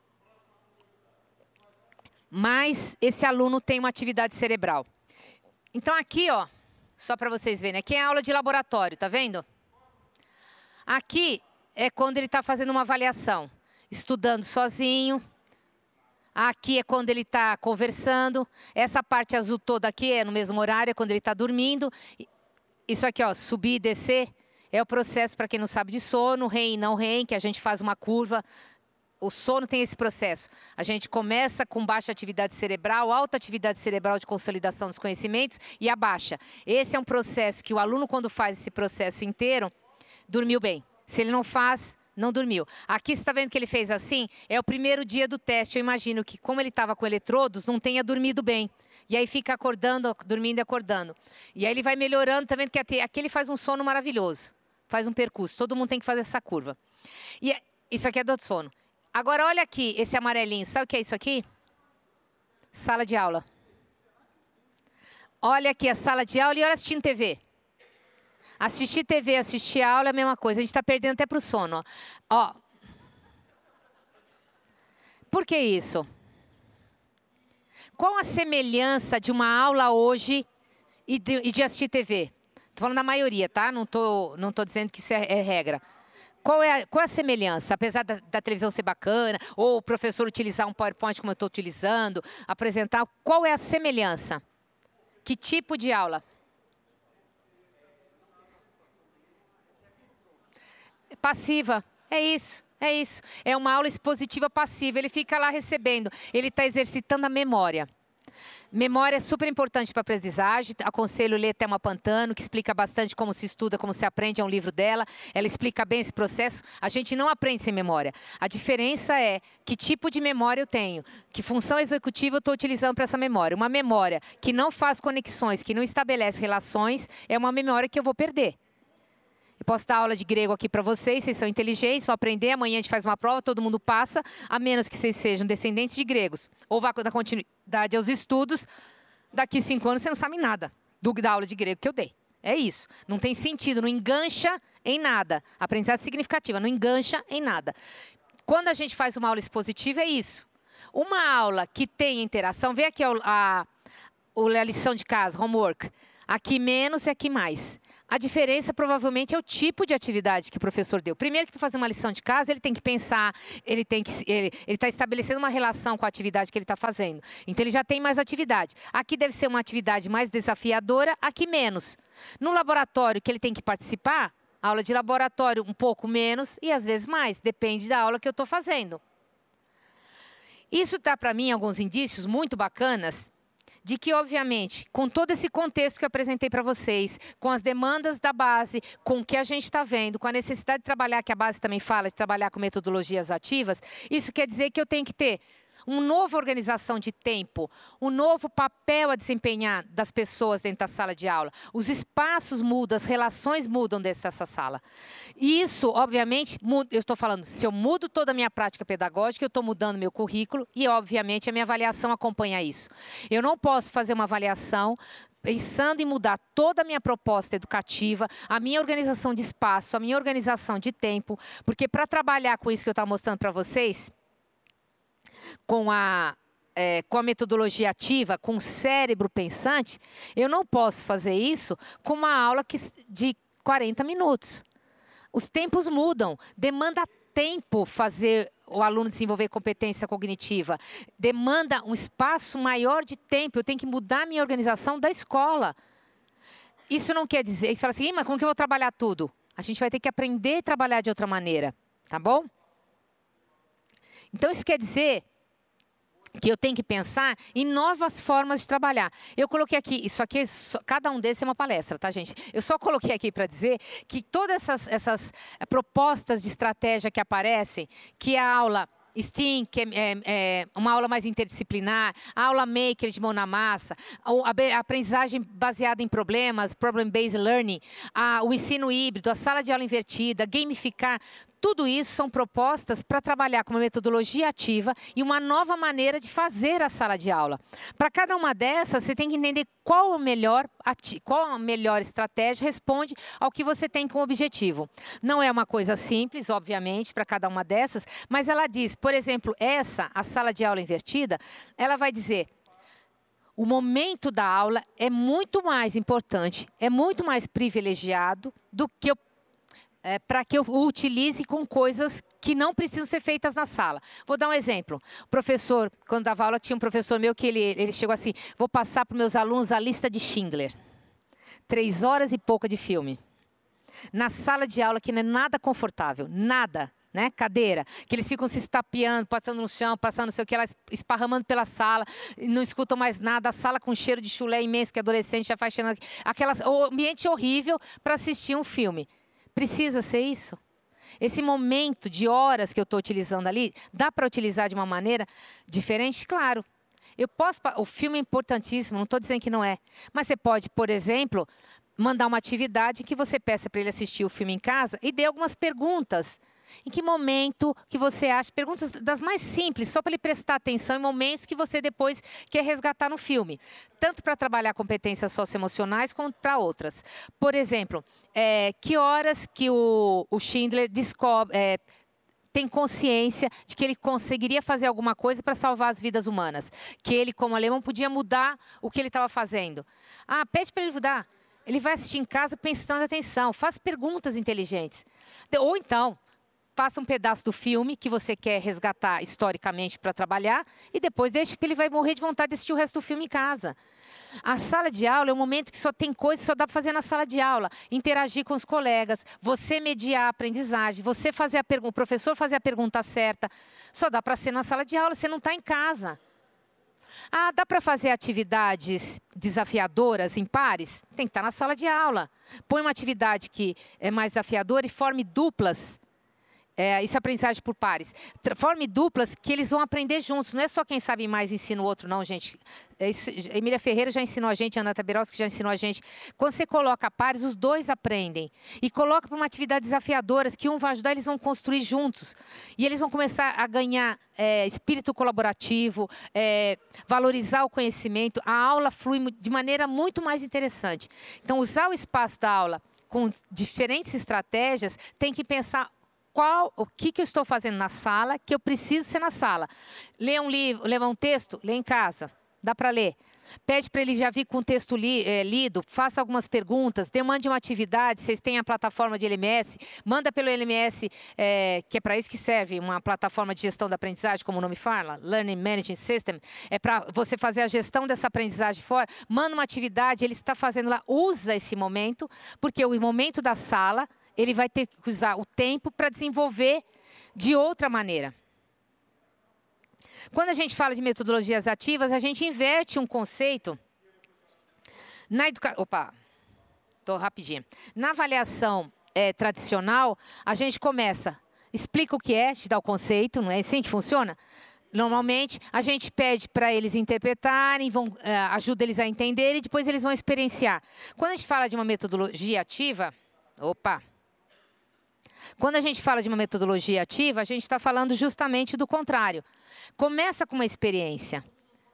mais esse aluno tem uma atividade cerebral. Então aqui, ó, só para vocês verem, aqui é a aula de laboratório, tá vendo? Aqui é quando ele está fazendo uma avaliação, estudando sozinho. Aqui é quando ele está conversando. Essa parte azul toda aqui é no mesmo horário, é quando ele está dormindo. Isso aqui, ó, subir e descer, é o processo, para quem não sabe, de sono, R E M e não R E M, que a gente faz uma curva. O sono tem esse processo. A gente começa com baixa atividade cerebral, alta atividade cerebral de consolidação dos conhecimentos e abaixa. Esse é um processo que o aluno, quando faz esse processo inteiro, dormiu bem. Se ele não faz, não dormiu. Aqui você está vendo que ele fez assim? É o primeiro dia do teste. Eu imagino que, como ele estava com eletrodos, não tenha dormido bem. E aí fica acordando, dormindo e acordando. E aí ele vai melhorando. Está vendo que aqui ele faz um sono maravilhoso. Faz um percurso. Todo mundo tem que fazer essa curva. E isso aqui é do sono. Agora, olha aqui, esse amarelinho. Sabe o que é isso aqui? Sala de aula. Olha aqui a sala de aula e olha assistindo T V. Assistir T V, assistir aula é a mesma coisa. A gente está perdendo até para o sono. Ó. Ó. Por que isso? Qual a semelhança de uma aula hoje e de, e de assistir T V? Estou falando da maioria, tá? Não estou não tô dizendo que isso é, é regra. Qual é, a, qual é a semelhança? Apesar da, da televisão ser bacana, ou o professor utilizar um PowerPoint como eu estou utilizando, apresentar, qual é a semelhança? Que tipo de aula? Passiva, é isso, é isso. É uma aula expositiva passiva, ele fica lá recebendo, ele está exercitando a memória. Memória é super importante para a aprendizagem. Aconselho ler Thelma Pantano, que explica bastante como se estuda, como se aprende, é um livro dela. Ela explica bem esse processo. A gente não aprende sem memória. A diferença é que tipo de memória eu tenho, que função executiva eu estou utilizando para essa memória. Uma memória que não faz conexões, que não estabelece relações, é uma memória que eu vou perder. Eu posso dar aula de grego aqui para vocês, vocês são inteligentes, vão aprender, amanhã a gente faz uma prova, todo mundo passa, a menos que vocês sejam descendentes de gregos. Ou vá dar continuidade aos estudos, daqui cinco anos você não sabe nada do, da aula de grego que eu dei. É isso. Não tem sentido, não engancha em nada. Aprendizagem significativa, não engancha em nada. Quando a gente faz uma aula expositiva, é isso. Uma aula que tem interação, vê aqui a, a, a lição de casa, homework. Aqui menos e aqui mais. A diferença provavelmente é o tipo de atividade que o professor deu. Primeiro que para fazer uma lição de casa, ele tem que pensar, ele tem que ele está estabelecendo uma relação com a atividade que ele está fazendo. Então ele já tem mais atividade. Aqui deve ser uma atividade mais desafiadora, aqui menos. No laboratório que ele tem que participar, aula de laboratório um pouco menos e às vezes mais, depende da aula que eu estou fazendo. Isso dá para mim alguns indícios muito bacanas de que, obviamente, com todo esse contexto que eu apresentei para vocês, com as demandas da base, com o que a gente está vendo, com a necessidade de trabalhar, que a base também fala, de trabalhar com metodologias ativas, isso quer dizer que eu tenho que ter uma nova organização de tempo, um novo papel a desempenhar das pessoas dentro da sala de aula. Os espaços mudam, as relações mudam dentro dessa sala. E isso, obviamente, eu estou falando, se eu mudo toda a minha prática pedagógica, eu estou mudando meu currículo e, obviamente, a minha avaliação acompanha isso. Eu não posso fazer uma avaliação pensando em mudar toda a minha proposta educativa, a minha organização de espaço, a minha organização de tempo, porque para trabalhar com isso que eu estava mostrando para vocês, com a, é, com a metodologia ativa, com o cérebro pensante, eu não posso fazer isso com uma aula que, de quarenta minutos. Os tempos mudam, demanda tempo fazer o aluno desenvolver competência cognitiva, demanda um espaço maior de tempo, eu tenho que mudar a minha organização da escola. Isso não quer dizer, você fala assim, mas como que eu vou trabalhar tudo? A gente vai ter que aprender a trabalhar de outra maneira, tá bom? Então isso quer dizer que eu tenho que pensar em novas formas de trabalhar. Eu coloquei aqui, isso aqui, cada um desses é uma palestra, tá, gente? Eu só coloquei aqui para dizer que todas essas, essas propostas de estratégia que aparecem, que a aula STEAM, que é, é, é uma aula mais interdisciplinar, a aula Maker de mão na massa, a aprendizagem baseada em problemas, Problem-Based Learning, a, o ensino híbrido, a sala de aula invertida, gamificar, Tudo isso são propostas para trabalhar com uma metodologia ativa e uma nova maneira de fazer a sala de aula. Para cada uma dessas, você tem que entender qual a melhor, qual a melhor estratégia responde ao que você tem como objetivo. Não é uma coisa simples, obviamente, para cada uma dessas, mas ela diz, por exemplo, essa, a sala de aula invertida, ela vai dizer: o momento da aula é muito mais importante, é muito mais privilegiado do que eu, é, para que eu o utilize com coisas que não precisam ser feitas na sala. Vou dar um exemplo. O professor, quando dava aula, tinha um professor meu que ele, ele chegou assim: vou passar para os meus alunos a lista de Schindler. Três horas e pouca de filme. Na sala de aula, que não é nada confortável, nada. Né? Cadeira, que eles ficam se estapeando, passando no chão, passando não sei o que, lá, esparramando pela sala, não escutam mais nada, a sala com cheiro de chulé imenso, que adolescente já faz cheirando, aquela, o ambiente horrível para assistir um filme. Precisa ser isso? Esse momento de horas que eu estou utilizando ali, dá para utilizar de uma maneira diferente? Claro. Eu posso, o filme é importantíssimo, não estou dizendo que não é, mas você pode, por exemplo, mandar uma atividade que você peça para ele assistir o filme em casa e dê algumas perguntas. Em que momento que você acha, perguntas das mais simples, só para ele prestar atenção em momentos que você depois quer resgatar no filme. Tanto para trabalhar competências socioemocionais, quanto para outras. Por exemplo, é, que horas que o, o Schindler descobre, é, tem consciência de que ele conseguiria fazer alguma coisa para salvar as vidas humanas. Que ele, como alemão, podia mudar o que ele estava fazendo. Ah, pede para ele mudar. Ele vai assistir em casa prestando atenção. Faz perguntas inteligentes. Ou então, passa um pedaço do filme que você quer resgatar historicamente para trabalhar e depois deixa que ele vai morrer de vontade de assistir o resto do filme em casa. A sala de aula é um momento que só tem coisa que só dá para fazer na sala de aula. Interagir com os colegas, você mediar a aprendizagem, você fazer a pergunta, o professor fazer a pergunta certa. Só dá para ser na sala de aula, você não está em casa. Ah, dá para fazer atividades desafiadoras em pares? Tem que estar na sala de aula. Põe uma atividade que é mais desafiadora e forme duplas. É, isso é aprendizagem por pares. Forme duplas que eles vão aprender juntos. Não é só quem sabe mais ensina o outro, não, gente. É isso, Emília Ferreira já ensinou a gente, Ana Taberowski já ensinou a gente. Quando você coloca pares, os dois aprendem. E coloca para uma atividade desafiadora, que um vai ajudar, eles vão construir juntos. E eles vão começar a ganhar é, espírito colaborativo, é, valorizar o conhecimento. A aula flui de maneira muito mais interessante. Então, usar o espaço da aula com diferentes estratégias, tem que pensar qual, o que, que eu estou fazendo na sala, que eu preciso ser na sala. Lê um livro, lê um texto, lê em casa. Dá para ler. Pede para ele já vir com o texto li, é, lido, faça algumas perguntas, demande uma atividade, vocês têm a plataforma de L M S, manda pelo L M S, é, que é para isso que serve, uma plataforma de gestão da aprendizagem, como o nome fala, Learning Management System, é para você fazer a gestão dessa aprendizagem fora, manda uma atividade, ele está fazendo lá, usa esse momento, porque o momento da sala, ele vai ter que usar o tempo para desenvolver de outra maneira. Quando a gente fala de metodologias ativas, a gente inverte um conceito na educação. Opa, estou rapidinho. Na avaliação é, tradicional, a gente começa, explica o que é, te dá o conceito, não é assim que funciona? Normalmente, a gente pede para eles interpretarem, vão, uh, ajuda eles a entender e depois eles vão experienciar. Quando a gente fala de uma metodologia ativa, opa, quando a gente fala de uma metodologia ativa, a gente está falando justamente do contrário. Começa com uma experiência.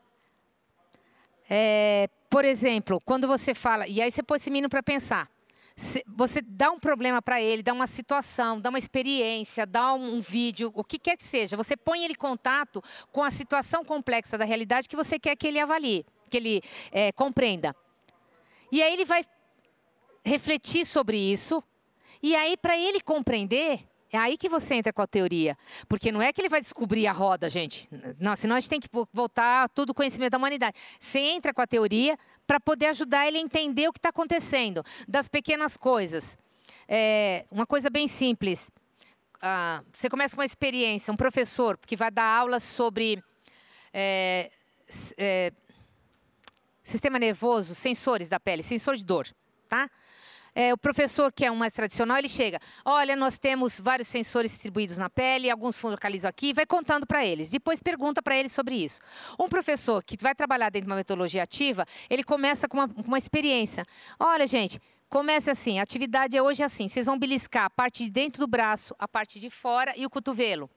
É, por exemplo, quando você fala, e aí você põe esse menino para pensar, você dá um problema para ele, dá uma situação, dá uma experiência, dá um, um vídeo, o que quer que seja, você põe ele em contato com a situação complexa da realidade que você quer que ele avalie, que ele é, compreenda. E aí ele vai refletir sobre isso, e aí para ele compreender, é aí que você entra com a teoria. Porque não é que ele vai descobrir a roda, gente. Não, senão a gente tem que voltar todo o conhecimento da humanidade. Você entra com a teoria para poder ajudar ele a entender o que está acontecendo. Das pequenas coisas. É, uma coisa bem simples. Ah, você começa com uma experiência, um professor que vai dar aula sobre é, é, sistema nervoso, sensores da pele, sensor de dor, tá? É, o professor, que é um mais tradicional, ele chega, olha, nós temos vários sensores distribuídos na pele, alguns localizam aqui, vai contando para eles. Depois pergunta para eles sobre isso. Um professor que vai trabalhar dentro de uma metodologia ativa, ele começa com uma, uma experiência. Olha, gente, Comece assim, a atividade é hoje assim, vocês vão beliscar a parte de dentro do braço, a parte de fora e o cotovelo.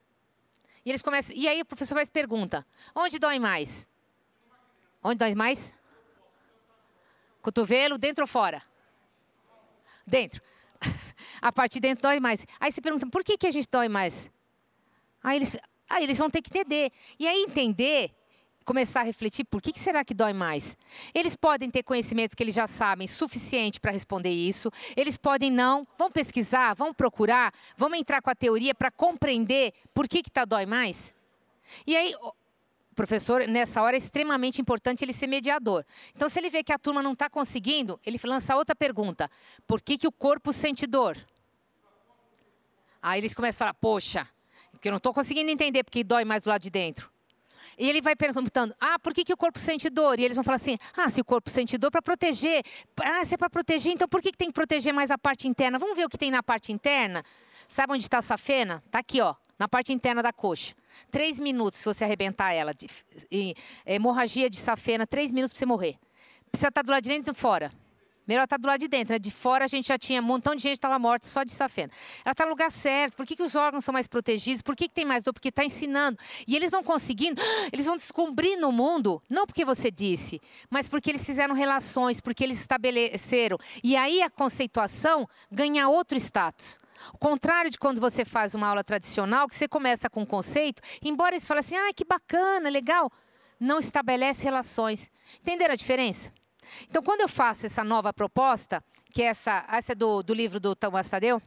E eles começam, e aí o professor faz pergunta, onde dói mais? Onde dói mais? Cotovelo, dentro ou fora? Dentro. A parte de dentro dói mais. Aí você pergunta, por que, que a gente dói mais? Aí eles, aí eles vão ter que entender. E aí entender, começar a refletir, por que, que será que dói mais? Eles podem ter conhecimentos que eles já sabem, suficiente para responder isso. Eles podem não. Vão pesquisar, vão procurar, vão entrar com a teoria para compreender por que que tá dói mais. E aí, o professor, nessa hora, é extremamente importante ele ser mediador. Então, se ele vê que a turma não está conseguindo, ele lança outra pergunta. Por que que o corpo sente dor? Aí eles começam a falar, poxa, porque eu não estou conseguindo entender porque dói mais do lado de dentro. E ele vai perguntando, ah, por que que o corpo sente dor? E eles vão falar assim, ah, se o corpo sente dor, para proteger. Ah, se é para proteger, então por que que tem que proteger mais a parte interna? Vamos ver o que tem na parte interna? Sabe onde está a safena? Está aqui, ó, na parte interna da coxa. Três minutos se você arrebentar ela. De, e, hemorragia de safena, três minutos para você morrer. Precisa estar do lado de dentro ou fora? Melhor estar do lado de dentro, né? De fora a gente já tinha um montão de gente que estava morta só de safena. Ela está no lugar certo. Por que que os órgãos são mais protegidos? Por que que tem mais dor? Porque está ensinando. E eles vão conseguindo, eles vão descobrir no mundo, não porque você disse, mas porque eles fizeram relações, porque eles estabeleceram. E aí a conceituação ganha outro status. O contrário de quando você faz uma aula tradicional, que você começa com um conceito, embora eles falem assim, ah, que bacana, legal, não estabelece relações. Entenderam a diferença? Então, quando eu faço essa nova proposta, que é essa, essa é do, do livro do Thomas Tadeu,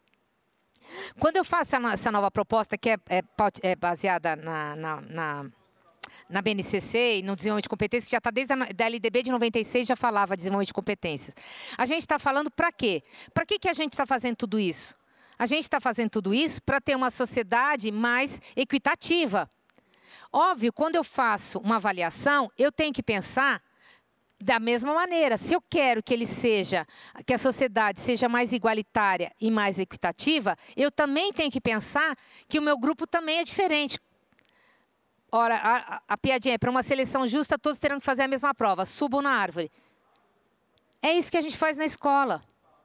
quando eu faço essa nova proposta, que é, é, é baseada na, na, na, na B N C C e no desenvolvimento de competências, que já está desde a da L D B de noventa e seis, já falava de desenvolvimento de competências. A gente está falando para quê? Para que que a gente está fazendo tudo isso? A gente está fazendo tudo isso para ter uma sociedade mais equitativa. Óbvio, quando eu faço uma avaliação, eu tenho que pensar da mesma maneira. Se eu quero que ele seja, que a sociedade seja mais igualitária e mais equitativa, eu também tenho que pensar que o meu grupo também é diferente. Ora, a, a, a piadinha é, para uma seleção justa, todos terão que fazer a mesma prova. Subam na árvore. É isso que a gente faz na escola.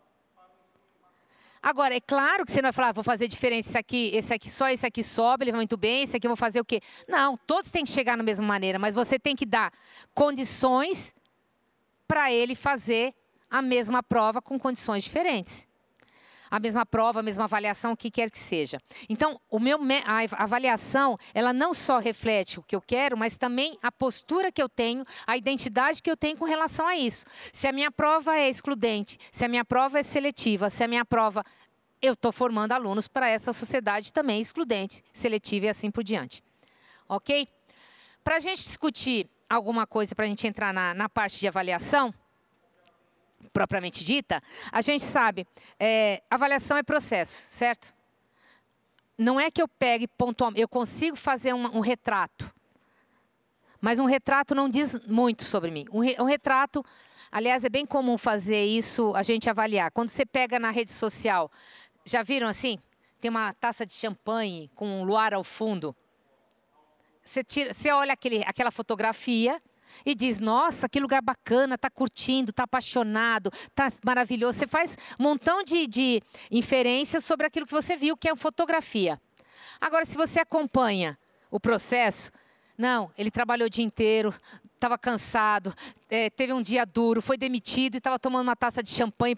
Agora, é claro que você não vai falar, vou fazer diferente, esse aqui, esse aqui só, esse aqui sobe, ele vai muito bem, esse aqui eu vou fazer o quê? Não, todos têm que chegar da mesma maneira, mas você tem que dar condições para ele fazer a mesma prova com condições diferentes. A mesma prova, a mesma avaliação, o que quer que seja. Então, o meu, a avaliação, ela não só reflete o que eu quero, mas também a postura que eu tenho, a identidade que eu tenho com relação a isso. Se a minha prova é excludente, se a minha prova é seletiva, se a minha prova... Eu estou formando alunos para essa sociedade também excludente, seletiva e assim por diante. Ok? Para a gente discutir alguma coisa, para a gente entrar na, na parte de avaliação, propriamente dita, a gente sabe, é, avaliação é processo, certo? Não é que eu pegue pontualmente, eu consigo fazer um, um retrato, mas um retrato não diz muito sobre mim. Um, re, um retrato, aliás, é bem comum fazer isso, a gente avaliar. Quando você pega na rede social, já viram assim? Tem uma taça de champanhe com um luar ao fundo. Você, tira, você olha aquele, aquela fotografia e diz, nossa, que lugar bacana, está curtindo, está apaixonado, está maravilhoso. Você faz um montão de, de inferências sobre aquilo que você viu, que é uma fotografia. Agora, se você acompanha o processo, não, ele trabalhou o dia inteiro, estava cansado, é, teve um dia duro, foi demitido e estava tomando uma taça de champanhe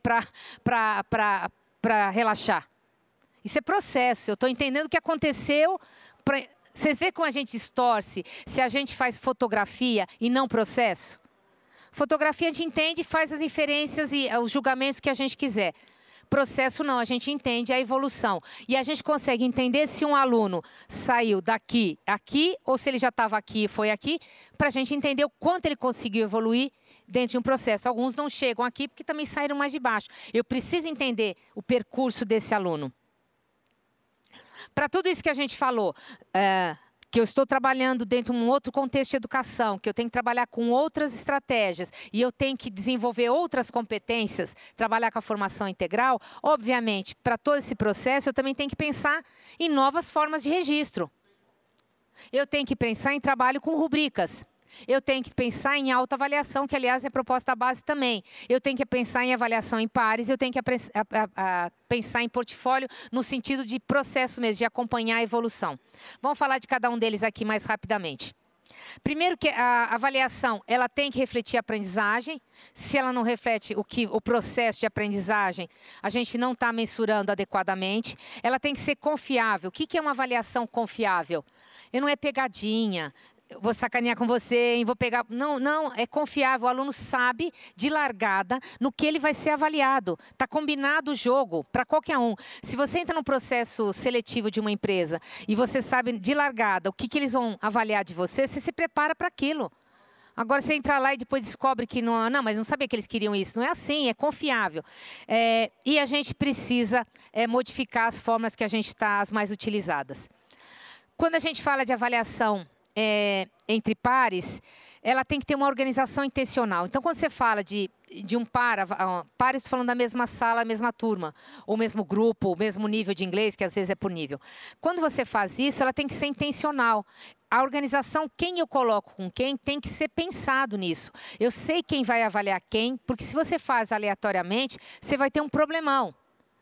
para relaxar. Isso é processo, eu estou entendendo o que aconteceu. Pra... Vocês veem como a gente distorce se a gente faz fotografia e não processo? Fotografia a gente entende e faz as inferências e os julgamentos que a gente quiser. Processo não, a gente entende a evolução. E a gente consegue entender se um aluno saiu daqui, aqui, ou se ele já estava aqui e foi aqui, para a gente entender o quanto ele conseguiu evoluir dentro de um processo. Alguns não chegam aqui porque também saíram mais de baixo. Eu preciso entender o percurso desse aluno. Para tudo isso que a gente falou, é, que eu estou trabalhando dentro de um outro contexto de educação, que eu tenho que trabalhar com outras estratégias e eu tenho que desenvolver outras competências, trabalhar com a formação integral, obviamente, para todo esse processo, eu também tenho que pensar em novas formas de registro. Eu tenho que pensar em trabalho com rubricas. Eu tenho que pensar em autoavaliação, que, aliás, é a proposta base também. Eu tenho que pensar em avaliação em pares, eu tenho que a, a, a, pensar em portfólio no sentido de processo mesmo, de acompanhar a evolução. Vamos falar de cada um deles aqui mais rapidamente. Primeiro, que a avaliação ela tem que refletir a aprendizagem. Se ela não reflete o, que, o processo de aprendizagem, a gente não está mensurando adequadamente. Ela tem que ser confiável. O que, que é uma avaliação confiável? E não é pegadinha. Vou sacanear com você, hein? Vou pegar... Não, não, é confiável. O aluno sabe de largada no que ele vai ser avaliado. Está combinado o jogo para qualquer um. Se você entra no processo seletivo de uma empresa e você sabe de largada o que, que eles vão avaliar de você, você se prepara para aquilo. Agora, você entra lá e depois descobre que não... Não, mas não sabia que eles queriam isso. Não é assim, é confiável. É, e a gente precisa é, modificar as formas que a gente está, as mais utilizadas. Quando a gente fala de avaliação... É, entre pares, ela tem que ter uma organização intencional. Então, quando você fala de, de um par, pares, estou falando da mesma sala, a mesma turma, ou mesmo grupo, o mesmo nível de inglês, que às vezes é por nível. Quando você faz isso, ela tem que ser intencional. A organização, quem eu coloco com quem, tem que ser pensado nisso. Eu sei quem vai avaliar quem, porque se você faz aleatoriamente, você vai ter um problemão.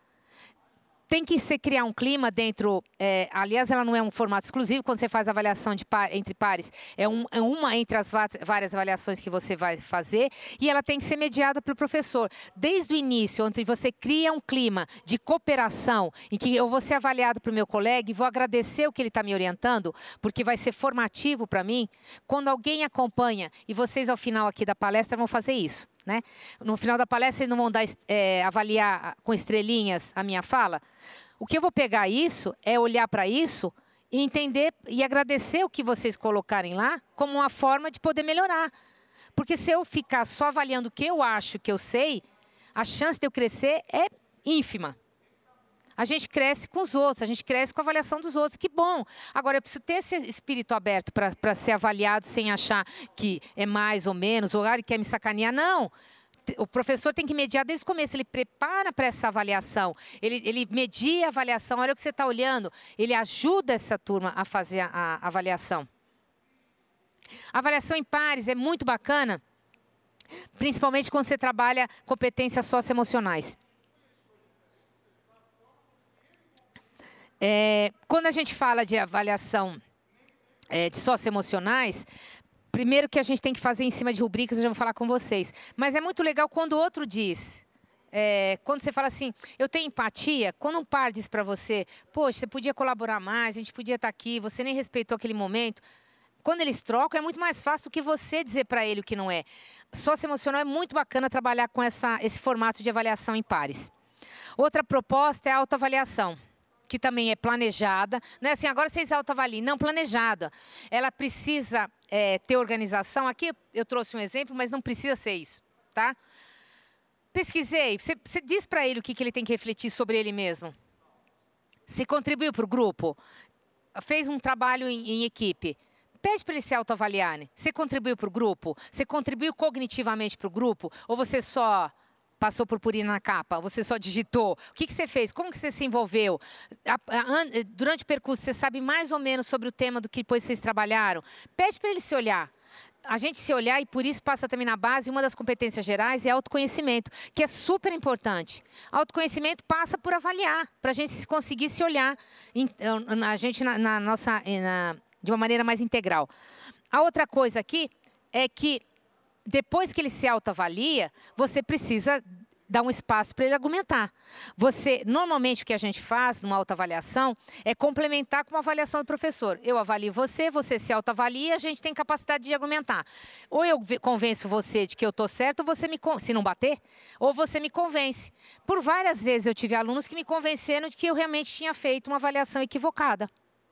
Tem que se criar um clima dentro, é, aliás, ela não é um formato exclusivo, quando você faz avaliação de par, entre pares, é, um, é uma entre as várias avaliações que você vai fazer, e ela tem que ser mediada pelo professor. Desde o início, onde você cria um clima de cooperação, em que eu vou ser avaliado para o meu colega e vou agradecer o que ele está me orientando, porque vai ser formativo para mim, quando alguém acompanha, e vocês ao final aqui da palestra vão fazer isso. Né? No final da palestra, vocês não vão dar, é, avaliar com estrelinhas a minha fala? O que eu vou pegar isso é olhar para isso e entender e agradecer o que vocês colocarem lá como uma forma de poder melhorar. Porque se eu ficar só avaliando o que eu acho que eu sei, a chance de eu crescer é ínfima. A gente cresce com os outros, a gente cresce com a avaliação dos outros, que bom. Agora, eu preciso ter esse espírito aberto para ser avaliado sem achar que é mais ou menos, ou ah, ele quer me sacanear. Não, o professor tem que mediar desde o começo, ele prepara para essa avaliação, ele, ele media a avaliação, olha o que você está olhando, ele ajuda essa turma a fazer a, a avaliação. A avaliação em pares é muito bacana, principalmente quando você trabalha competências socioemocionais. É, quando a gente fala de avaliação é, de socioemocionais, primeiro que a gente tem que fazer em cima de rubricas, eu já vou falar com vocês. Mas é muito legal quando o outro diz, é, quando você fala assim, eu tenho empatia, quando um par diz para você, poxa, você podia colaborar mais, a gente podia estar aqui, você nem respeitou aquele momento. Quando eles trocam, é muito mais fácil do que você dizer para ele o que não é. Socioemocional é muito bacana trabalhar com essa, esse formato de avaliação em pares. Outra proposta é a autoavaliação, que também é planejada. Não é assim, agora vocês autoavaliem. Não, planejada. Ela precisa é, ter organização. Aqui eu trouxe um exemplo, mas não precisa ser isso, tá? Pesquisei. Você, você diz para ele o que, que ele tem que refletir sobre ele mesmo. Se contribuiu para o grupo, fez um trabalho em, em equipe, pede para ele se autoavaliar. Você contribuiu para o grupo? Você contribuiu cognitivamente para o grupo? Ou você só... passou purpurina na capa, você só digitou. O que, que você fez? Como que você se envolveu? A, a, durante o percurso, você sabe mais ou menos sobre o tema do que depois vocês trabalharam? Pede para ele se olhar. A gente se olhar, e por isso passa também na base, uma das competências gerais é autoconhecimento, que é super importante. Autoconhecimento passa por avaliar, para a gente conseguir se olhar, a gente na, na nossa, na, de uma maneira mais integral. A outra coisa aqui é que depois que ele se autoavalia, você precisa dar um espaço para ele argumentar. Você, normalmente, o que a gente faz numa autoavaliação é complementar com uma avaliação do professor. Eu avalio você, você se autoavalia, a gente tem capacidade de argumentar. Ou eu convenço você de que eu estou certo, ou você me, se não bater, ou você me convence. Por várias vezes eu tive alunos que me convenceram de que eu realmente tinha feito uma avaliação equivocada.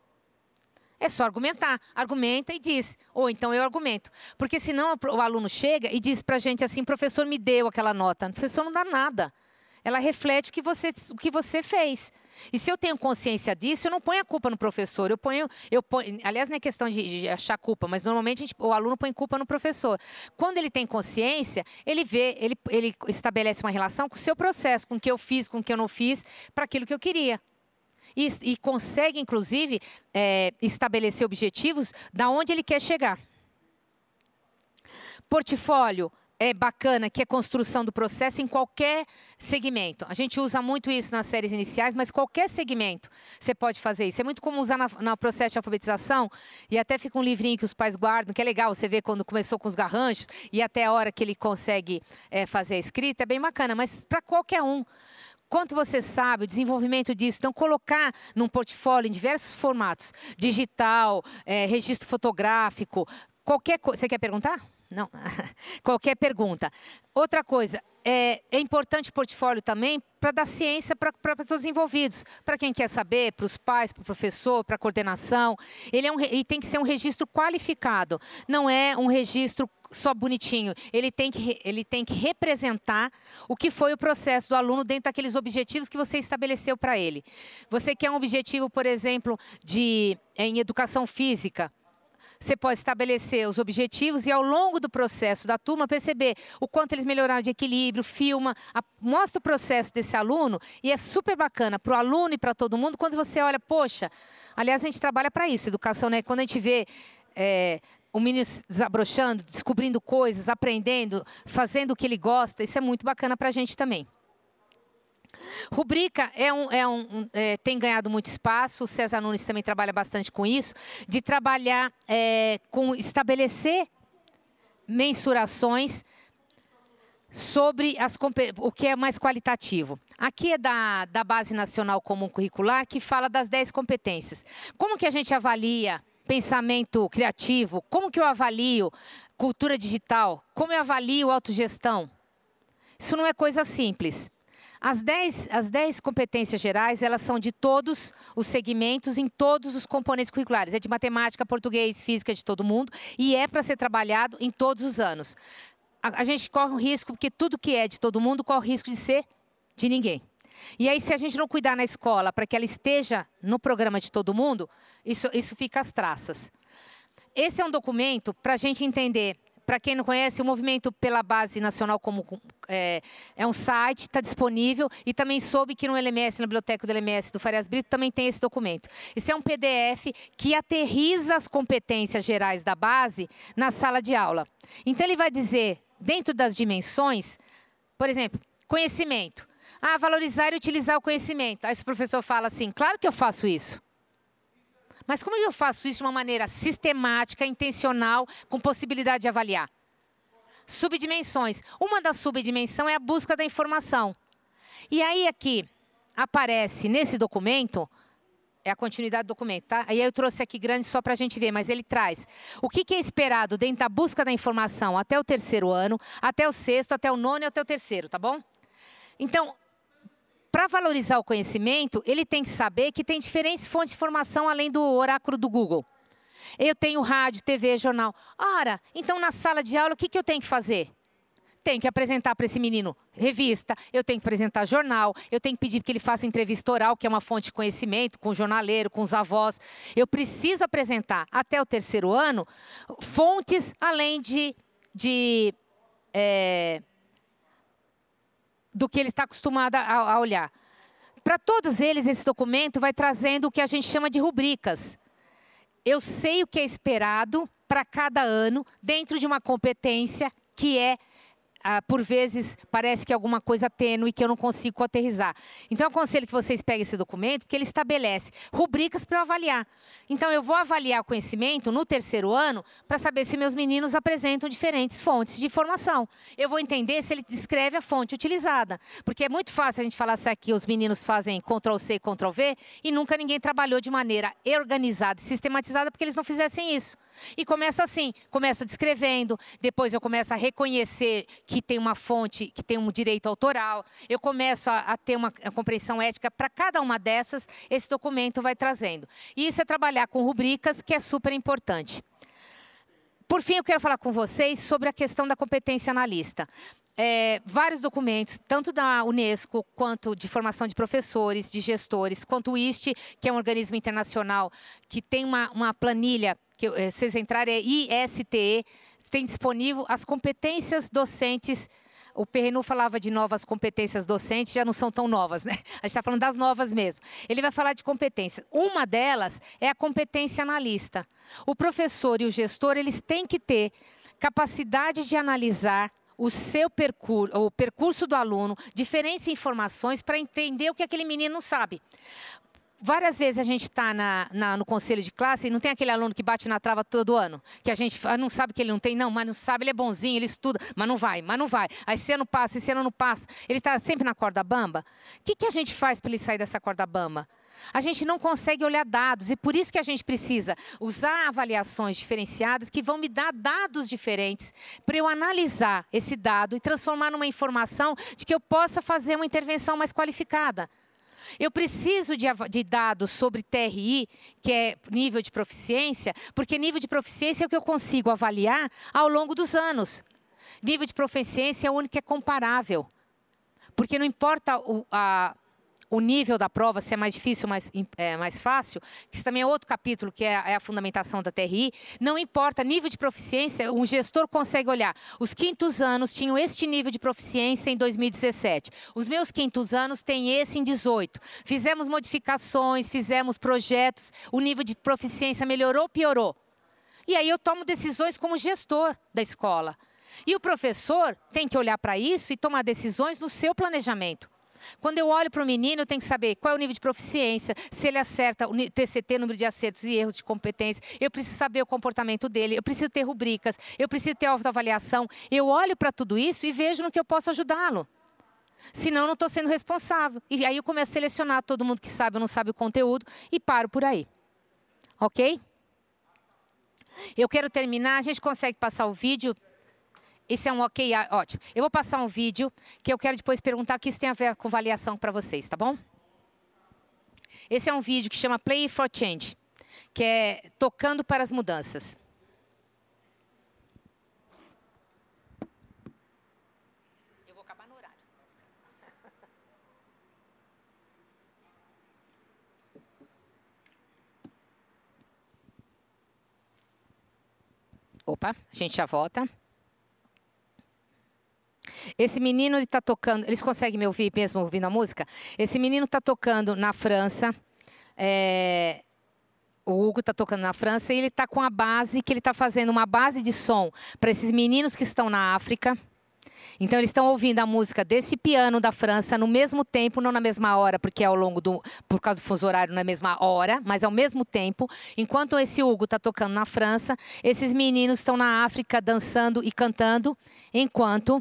É só argumentar. Argumenta e diz. Ou então eu argumento. Porque senão o aluno chega e diz para a gente assim, professor me deu aquela nota. O professor não dá nada. Ela reflete o que você, o que você fez. E se eu tenho consciência disso, eu não ponho a culpa no professor. Eu ponho, eu ponho, aliás, não é questão de, de achar culpa, mas normalmente a gente, o aluno põe culpa no professor. Quando ele tem consciência, ele vê, ele, ele estabelece uma relação com o seu processo, com o que eu fiz, com o que eu não fiz, para aquilo que eu queria. E, e consegue, inclusive, é, estabelecer objetivos da onde ele quer chegar. Portfólio é bacana, que é construção do processo em qualquer segmento. A gente usa muito isso nas séries iniciais, mas qualquer segmento você pode fazer isso. É muito comum usar na, na processo de alfabetização, e até fica um livrinho que os pais guardam, que é legal, você vê quando começou com os garranchos, e até a hora que ele consegue é, fazer a escrita, é bem bacana, mas para qualquer um. Quanto você sabe, o desenvolvimento disso, então colocar num portfólio em diversos formatos, digital, é, registro fotográfico, qualquer coisa. Você quer perguntar? Não, qualquer pergunta. Outra coisa, é, é importante o portfólio também para dar ciência para todos os envolvidos. Para quem quer saber, para os pais, para o professor, para a coordenação. Ele, é um, ele tem que ser um registro qualificado, não é um registro só bonitinho. Ele tem, que, ele tem que representar o que foi o processo do aluno dentro daqueles objetivos que você estabeleceu para ele. Você quer um objetivo, por exemplo, de, em educação física. Você pode estabelecer os objetivos e, ao longo do processo da turma, perceber o quanto eles melhoraram de equilíbrio, filma, a, mostra o processo desse aluno, e é super bacana para o aluno e para todo mundo quando você olha, poxa, aliás, a gente trabalha para isso, educação, né? Quando a gente vê é, o menino desabrochando, descobrindo coisas, aprendendo, fazendo o que ele gosta, isso é muito bacana para a gente também. Rubrica é um, é um, é, tem ganhado muito espaço, o César Nunes também trabalha bastante com isso, de trabalhar é, com estabelecer mensurações sobre as, o que é mais qualitativo. Aqui é da, da Base Nacional Comum Curricular, que fala das dez competências. Como que a gente avalia pensamento criativo? Como que eu avalio cultura digital? Como eu avalio autogestão? Isso não é coisa simples. As dez, as dez competências gerais, elas são de todos os segmentos, em todos os componentes curriculares. É de matemática, português, física, de todo mundo, e é para ser trabalhado em todos os anos. A, a gente corre um risco, porque tudo que é de todo mundo corre o risco de ser de ninguém. E aí, se a gente não cuidar na escola para que ela esteja no programa de todo mundo, isso, isso fica às traças. Esse é um documento para a gente entender. Para quem não conhece, o Movimento pela Base Nacional como, é, é um site, está disponível, e também soube que no L M S, na biblioteca do L M S do Farias Brito, também tem esse documento. Esse é um P D F que aterriza as competências gerais da base na sala de aula. Então, ele vai dizer, dentro das dimensões, por exemplo, conhecimento. Ah, valorizar e utilizar o conhecimento. Aí o professor fala assim, claro que eu faço isso. Mas como eu faço isso de uma maneira sistemática, intencional, com possibilidade de avaliar? Subdimensões. Uma das subdimensões é a busca da informação. E aí aqui aparece nesse documento, é a continuidade do documento, tá? Aí eu trouxe aqui grande só para a gente ver, mas ele traz o que, que é esperado dentro da busca da informação até o terceiro ano, até o sexto, até o nono e até o terceiro, tá bom? Então, para valorizar o conhecimento, ele tem que saber que tem diferentes fontes de informação além do oráculo do Google. Eu tenho rádio, T V, jornal. Ora, então na sala de aula, o que, que eu tenho que fazer? Tenho que apresentar para esse menino revista, eu tenho que apresentar jornal, eu tenho que pedir que ele faça entrevista oral, que é uma fonte de conhecimento, com o jornaleiro, com os avós. Eu preciso apresentar, até o terceiro ano, fontes além de... de é, do que ele está acostumado a, a olhar. Para todos eles, esse documento vai trazendo o que a gente chama de rubricas. Eu sei o que é esperado para cada ano, dentro de uma competência que é, ah, por vezes, parece que é alguma coisa tênue que eu não consigo aterrizar. Então, eu aconselho que vocês peguem esse documento, porque ele estabelece rubricas para eu avaliar. Então, eu vou avaliar o conhecimento no terceiro ano para saber se meus meninos apresentam diferentes fontes de informação. Eu vou entender se ele descreve a fonte utilizada. Porque é muito fácil a gente falar se aqui os meninos fazem control C e control V e nunca ninguém trabalhou de maneira organizada e sistematizada porque eles não fizessem isso. E começa assim, começa descrevendo, depois eu começo a reconhecer que tem uma fonte, que tem um direito autoral, eu começo a, a ter uma a compreensão ética para cada uma dessas, esse documento vai trazendo. E isso é trabalhar com rubricas, que é super importante. Por fim, eu quero falar com vocês sobre a questão da competência analista. É, vários documentos, tanto da Unesco, quanto de formação de professores, de gestores, quanto o I S T, que é um organismo internacional, que tem uma, uma planilha, que é, vocês entrarem, é I S T E, tem disponível as competências docentes. O Perrenu falava de novas competências docentes, já não são tão novas, né? A gente está falando das novas mesmo. Ele vai falar de competências. Uma delas é a competência analista. O professor e o gestor, eles têm que ter capacidade de analisar o seu percurso, o percurso do aluno, diferentes informações para entender o que aquele menino não sabe. Várias vezes a gente está na, na, no conselho de classe e não tem aquele aluno que bate na trava todo ano, que a gente não sabe que ele não tem, não, mas não sabe, ele é bonzinho, ele estuda, mas não vai, mas não vai. Aí esse ano passa, esse ano não passa, ele está sempre na corda bamba. O que, que a gente faz para ele sair dessa corda bamba? A gente não consegue olhar dados e por isso que a gente precisa usar avaliações diferenciadas que vão me dar dados diferentes para eu analisar esse dado e transformar numa informação de que eu possa fazer uma intervenção mais qualificada. Eu preciso de, de dados sobre T R I, que é nível de proficiência, porque nível de proficiência é o que eu consigo avaliar ao longo dos anos. Nível de proficiência é o único que é comparável, porque não importa o, a, o nível da prova, se é mais difícil ou mais, é, mais fácil, que isso também é outro capítulo, que é a, é a fundamentação da T R I, não importa nível de proficiência, um gestor consegue olhar. Os quintos anos tinham este nível de proficiência em dois mil e dezessete. Os meus quintos anos têm esse em dezoito. Fizemos modificações, fizemos projetos, o nível de proficiência melhorou ou piorou? E aí eu tomo decisões como gestor da escola. E o professor tem que olhar para isso e tomar decisões no seu planejamento. Quando eu olho para o menino, eu tenho que saber qual é o nível de proficiência, se ele acerta o T C T, número de acertos e erros de competência. Eu preciso saber o comportamento dele, eu preciso ter rubricas, eu preciso ter autoavaliação. Eu olho para tudo isso e vejo no que eu posso ajudá-lo. Senão, eu não estou sendo responsável. E aí eu começo a selecionar todo mundo que sabe ou não sabe o conteúdo e paro por aí. Ok? Eu quero terminar, a gente consegue passar o vídeo... Esse é um ok, ótimo. Eu vou passar um vídeo que eu quero depois perguntar o que isso tem a ver com avaliação para vocês, tá bom? Esse é um vídeo que chama Play for Change, que é tocando para as mudanças. Eu vou acabar no horário. Opa, a gente já volta. Esse menino, ele está tocando... Eles conseguem me ouvir mesmo ouvindo a música? Esse menino está tocando na França. É, o Hugo está tocando na França e ele está com a base, que ele está fazendo uma base de som para esses meninos que estão na África. Então, eles estão ouvindo a música desse piano da França no mesmo tempo, não na mesma hora, porque é ao longo do... Por causa do fuso horário, na mesma hora, mas ao mesmo tempo. Enquanto esse Hugo está tocando na França, esses meninos estão na África dançando e cantando, enquanto...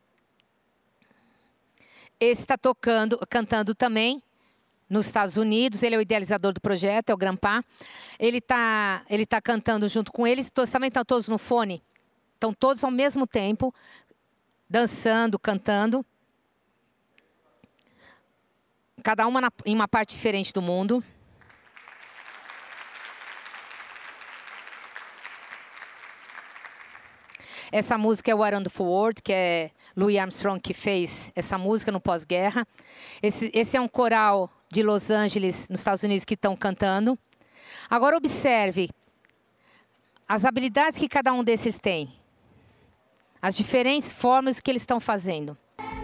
Esse está tocando, cantando também nos Estados Unidos. Ele é o idealizador do projeto, é o Grampá. Ele está ele tá cantando junto com eles. Todos, também estão todos no fone. Estão todos ao mesmo tempo, dançando, cantando. Cada uma na, em uma parte diferente do mundo. Essa música é What Wonderful World, que é Louis Armstrong que fez essa música no pós-guerra. Esse, esse é um coral de Los Angeles, nos Estados Unidos, que estão cantando. Agora observe as habilidades que cada um desses tem. As diferentes formas que eles estão fazendo.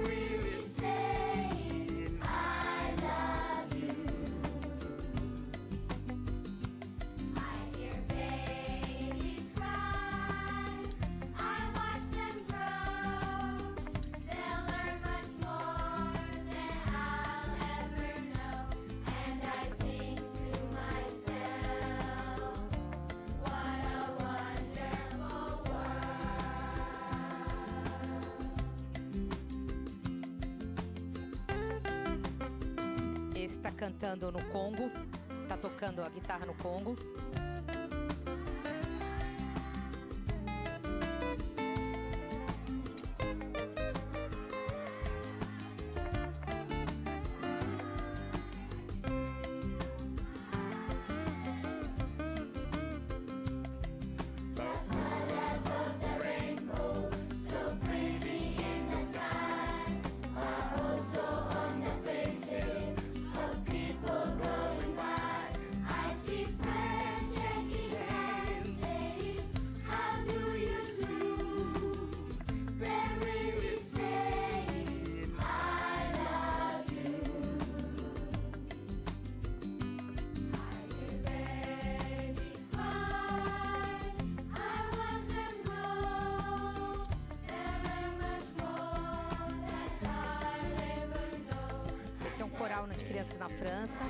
Esse está cantando no Congo, está tocando a guitarra no Congo. Fresh coral de crianças na França.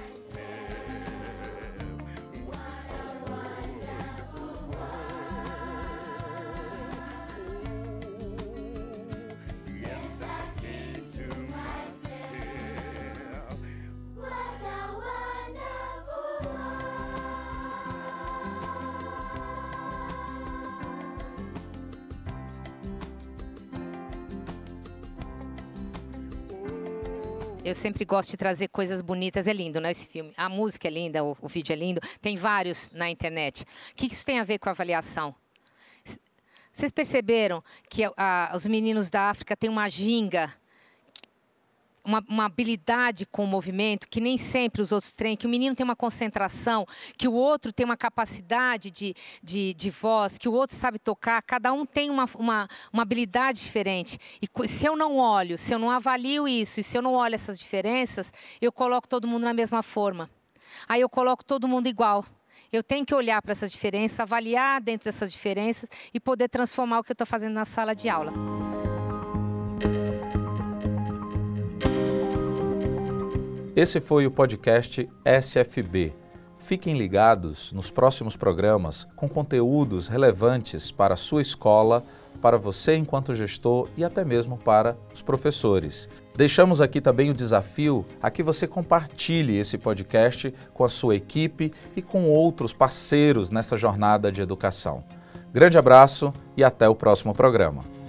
Eu sempre gosto de trazer coisas bonitas. É lindo, né, esse filme? A música é linda, o, o vídeo é lindo. Tem vários na internet. O que isso tem a ver com a avaliação? Vocês perceberam que a, os meninos da África têm uma ginga, uma, uma habilidade com o movimento que nem sempre os outros têm, que o menino tem uma concentração, que o outro tem uma capacidade de, de, de voz, que o outro sabe tocar, cada um tem uma, uma, uma habilidade diferente. E se eu não olho, se eu não avalio isso, e se eu não olho essas diferenças, eu coloco todo mundo na mesma forma. Aí eu coloco todo mundo igual. Eu tenho que olhar para essas diferenças, avaliar dentro dessas diferenças e poder transformar o que eu estou fazendo na sala de aula. Esse foi o podcast S F B. Fiquem ligados nos próximos programas com conteúdos relevantes para a sua escola, para você enquanto gestor e até mesmo para os professores. Deixamos aqui também o desafio a que você compartilhe esse podcast com a sua equipe e com outros parceiros nessa jornada de educação. Grande abraço e até o próximo programa.